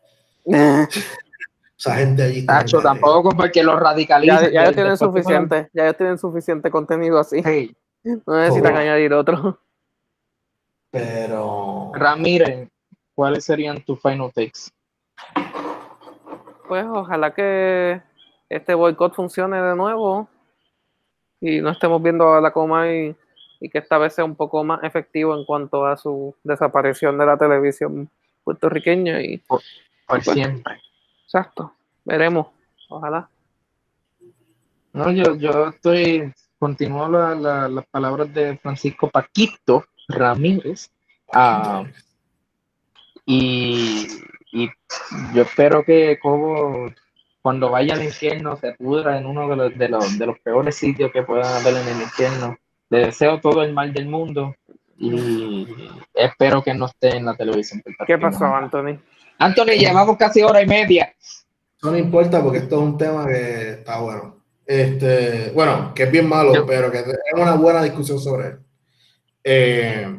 Esa gente allí está muy Tacho, tampoco porque los radicalizan. Ya, ya ellos tienen Después que fueron- suficiente, ya ellos tienen suficiente contenido así. Hey, No necesitan Oh. añadir otro. Pero Ramírez, ¿cuáles serían tus final takes? Pues ojalá que este boicot funcione de nuevo y no estemos viendo a la Comay y que esta vez sea un poco más efectivo en cuanto a su desaparición de la televisión puertorriqueña y Por, por pues, siempre. exacto, veremos, ojalá. No, yo, yo estoy, continúo la- la- las palabras de Francisco Paquito Ramírez. ah, y, y yo espero que Cobo, cuando vaya al infierno, se pudra en uno de los, de los, de los peores sitios que puedan haber en el infierno. Le deseo todo el mal del mundo y espero que no esté en la televisión. ¿Qué pasó, Anthony? Anthony, llevamos casi hora y media. eso no importa porque esto es un tema que está bueno. Este, bueno, que es bien malo, Yo- pero que es una buena discusión sobre él. Eh,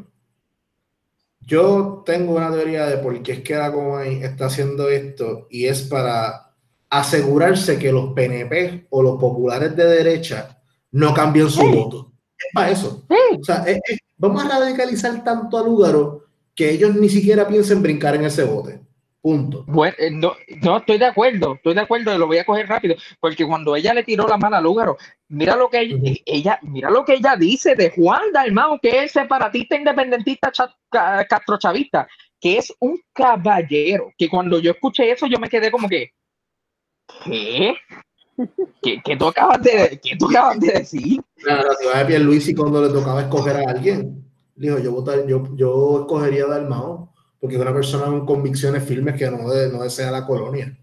yo tengo una teoría de por qué es que la Comay está haciendo esto y es para asegurarse que los P N P o los populares de derecha no cambien su Sí. voto. Es para eso. Sí. O sea, es- es- vamos a radicalizar tanto a Lúgaro que ellos ni siquiera piensen brincar en ese bote. Punto. Bueno, eh, no, no, estoy de acuerdo, estoy de acuerdo, y lo voy a coger rápido, porque cuando ella le tiró la mano a Lúgaro, mira lo que ella, Ujú. ella, mira lo que ella dice de Juan Dalmau, que es separatista, independentista, cha- ca- castrochavista, que es un caballero, que cuando yo escuché eso yo me quedé como que, ¿qué? ¿Qué, qué tú acabas de, qué tú acabas de decir? La narrativa de Pierluisi cuando le tocaba escoger a alguien. Dijo, yo, votar, yo, yo escogería a Dalmau porque es una persona con convicciones firmes que no, de, no desea la colonia.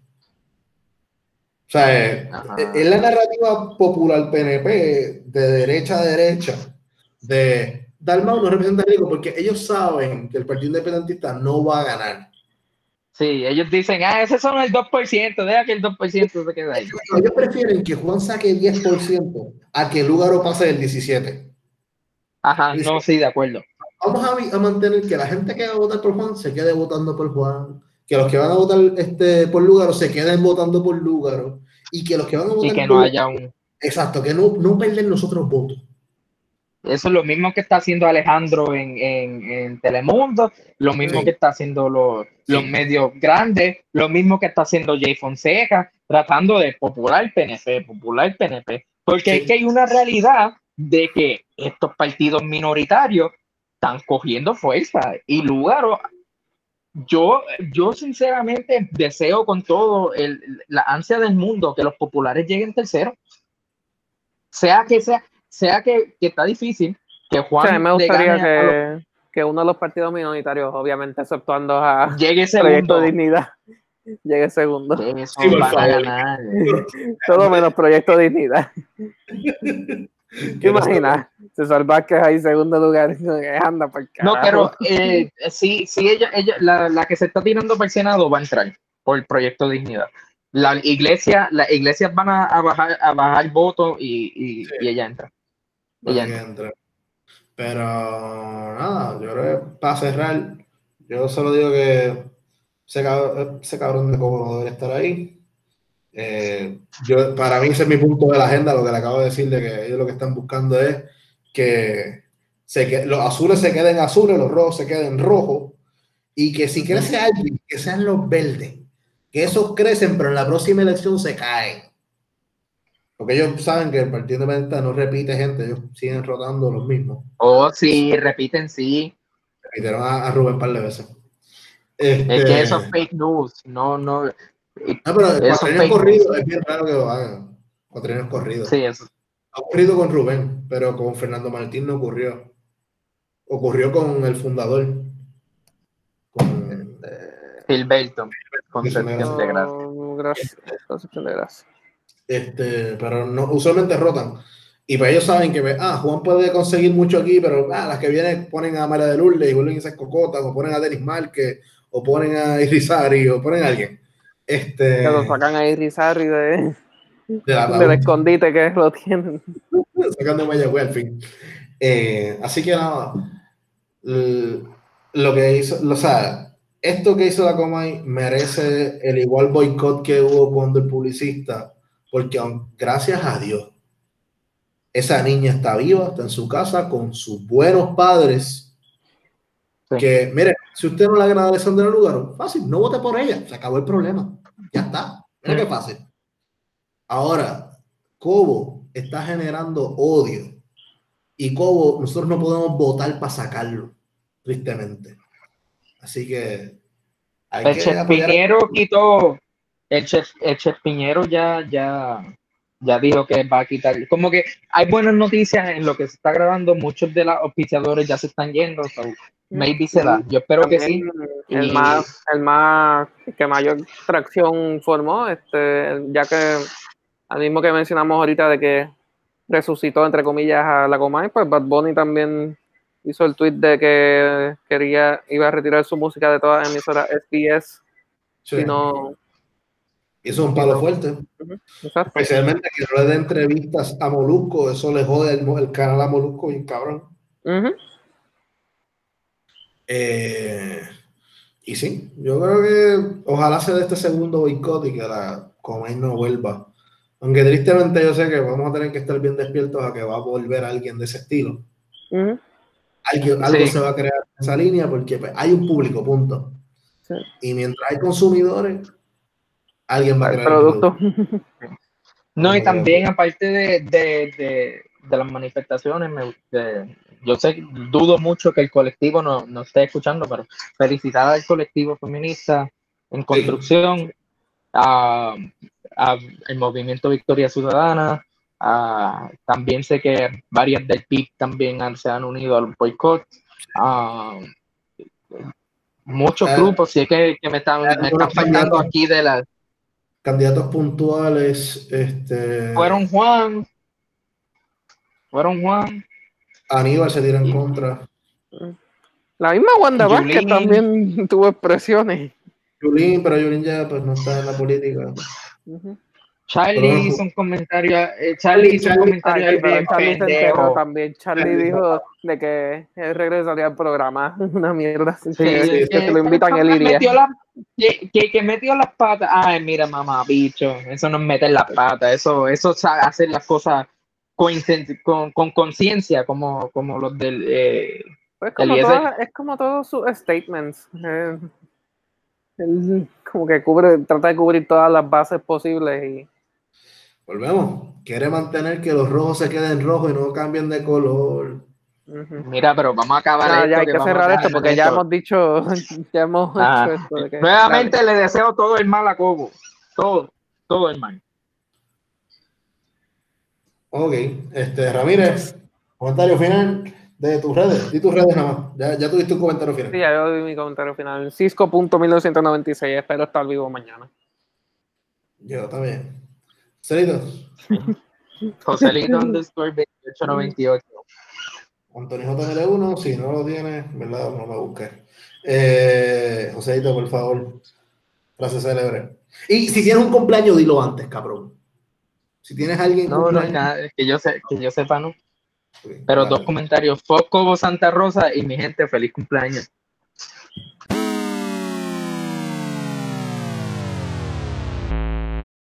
O sea, es, es la narrativa popular P N P de derecha a derecha de Dalmau no representa a Rico porque ellos saben que el Partido Independentista no va a ganar. Sí, ellos dicen, ah, ese son el dos por ciento, deja que el dos por ciento se quede ahí. Ellos prefieren que Juan saque diez por ciento a que Lúgaro pase del diecisiete por ciento. Ajá, no, sí, de acuerdo. Vamos a, a mantener que la gente que va a votar por Juan se quede votando por Juan, que los que van a votar este, por Lúgaro se queden votando por Lúgaro y que los que van a votar Y que por no haya un... exacto, que no, no perden los otros votos. Eso es lo mismo que está haciendo Alejandro en, en, en Telemundo, lo mismo Sí. que está haciendo los, los Sí. medios grandes, lo mismo que está haciendo Jay Fonseca, tratando de popular P N P, popular P N P, porque Sí. es que hay una realidad de que estos partidos minoritarios están cogiendo fuerza y Lúgaro, yo, yo sinceramente deseo con todo el, la ansia del mundo que los populares lleguen terceros, sea que sea, sea que, que está difícil, que O Juan sea, a mí me le gustaría gane a los- que, que uno de los partidos minoritarios, obviamente exceptuando a llegue Proyecto segundo. de Dignidad, llegue segundo. Que eso Sí, por van a favor. ganar. Todo menos Proyecto de Dignidad. ¿Te Quiero imaginas? César Vázquez ahí segundo lugar. Anda por No, carajo. pero eh, sí, sí, ella, ella la, la que se está tirando por el Senado va a entrar por el proyecto Dignidad. La iglesia, las iglesias van a, a bajar a bajar votos y, y, Sí. y ella entra. saber. Ella Así que entra. entra. Pero nada, yo creo que para cerrar, yo solo digo que ese cabrón, ese cabrón de Cobo no debería estar ahí. Eh, yo, para mí ese es mi punto de la agenda, lo que le acabo de decir, de que ellos lo que están buscando es que se que, los azules se queden azules, los rojos se queden rojos, y que si crece alguien, que sean los verdes, que esos crecen, pero en la próxima elección se caen. Porque ellos saben que el Partido Independiente no repite gente, ellos siguen rotando los mismos. Oh, sí, repiten, sí. Repitieron a, a Rubén un par de veces. Este... Es que eso es fake news, no, no. No, pero el cuatrienio corrido es bien raro que lo hagan. Cuatrienio corrido. Sí, eso. Ha ocurrido con Rubén, pero con Fernando Martín no ocurrió. Ocurrió con el fundador. Con Gilberto. Concepción de Gracia. Concepción de Gracia. Este, pero no, usualmente rotan. Y pues ellos saben que ah, Juan puede conseguir mucho aquí, pero ah, las que vienen ponen a María de Lourdes y vuelven a ser cocotas, o ponen a Denis Márquez, o ponen a Irizarry, o ponen a alguien. Este, que lo sacan a Irizarry de, de la del escondite que lo tienen. Sacan de Mayagüez al fin. Eh, así que nada, lo que hizo, o sea, esto que hizo la Comay merece el igual boicot que hubo cuando el publicista, porque gracias a Dios, esa niña está viva, está en su casa con sus buenos padres. Sí. Que, mire, si usted no le agrada a Alessandra Lúgaro, fácil, no vote por ella, se acabó el problema. Ya está, mira qué fácil. Ahora, Cobo está generando odio. Y Cobo, nosotros no podemos votar para sacarlo, tristemente. Así que hay el que Chef Piñero a... quitó, el Chef, el Chef Piñero ya, ya, ya dijo que va a quitar. Como que hay buenas noticias en lo que se está grabando, muchos de los auspiciadores ya se están yendo, so maybe se da. Yo espero También que sí. El, y... más, el más que mayor tracción formó, este, ya que al mismo que mencionamos ahorita de que resucitó, entre comillas, a la Comay, pues Bad Bunny también hizo el tweet de que quería, iba a retirar su música de todas las emisoras S B S. Sí. Si no, hizo un palo fuerte. Uh-huh. Especialmente que no le dé entrevistas a Molusco, eso le jode el, el canal a Molusco y cabrón. Uh-huh. Eh, y sí, yo creo que ojalá se dé este segundo boicot y que la Comay no vuelva. Aunque tristemente yo sé que vamos a tener que estar bien despiertos a que va a volver alguien de ese estilo. Uh-huh. Alguien, algo sí. se va a crear en esa línea porque pues, hay un público, punto. Sí. Y mientras hay consumidores, alguien va a crear el producto. el producto. No, y también aparte de, de, de, de las manifestaciones, me, de, yo sé, dudo mucho que el colectivo no, no esté escuchando, pero felicitar al colectivo feminista en construcción, sí. a, a el movimiento Victoria Ciudadana, a, también sé que varias del P I B también han, se han unido al boicot, a muchos eh, grupos, si es que, que me están, eh, me están faltando aquí de las candidatos puntuales, este... Fueron Juan. Fueron Juan. Aníbal se tira en y... contra. La misma Wanda Vázquez también tuvo expresiones. Yulín, pero Yulín ya pues no está en la política. Uh-huh. Charlie pero, hizo un comentario, eh, Charlie hizo Charlie, un comentario ay, bien Charlie pendejo. También Charlie Charlie dijo de que él regresaría al programa, una mierda. Sí, que, sí, que sí. se lo invitan él iría. Metió la, que, que, que metió las patas. Ay, mira, mamá, bicho, eso no es meter las patas, eso, eso es hacer las cosas con conciencia, con, como, como los del. Eh, pues como toda, es como todos sus statements. Eh, él como que cubre, trata de cubrir todas las bases posibles y. Volvemos. Quiere mantener que los rojos se queden rojos y no cambien de color. Uh-huh. Mira, pero vamos a acabar no, esto. Ya hay que, que cerrar esto porque esto. ya hemos dicho, ya hemos ah, hecho esto. De que, nuevamente dale. Le deseo todo el mal a Cobo. Todo, todo el mal. Ok, este, Ramírez, comentario final de tus redes. Di tus redes nada más. Ya, ya tuviste un comentario final. Sí, ya yo di mi comentario final. Cisco punto mil novecientos noventa y seis. Espero estar vivo mañana. Yo también. Joselito. Joselito underscore veintiocho noventa y ocho. Antonio J L uno, si no lo tienes, ¿verdad? No me busques. Eh, Joselito, por favor. Frase célebre. Y si tienes un cumpleaños, dilo antes, cabrón. Si tienes alguien. No, no, nada, que yo, sé, que yo sepa, no. Okay, pero claro. Dos comentarios. Foco Santa Rosa y mi gente, feliz cumpleaños.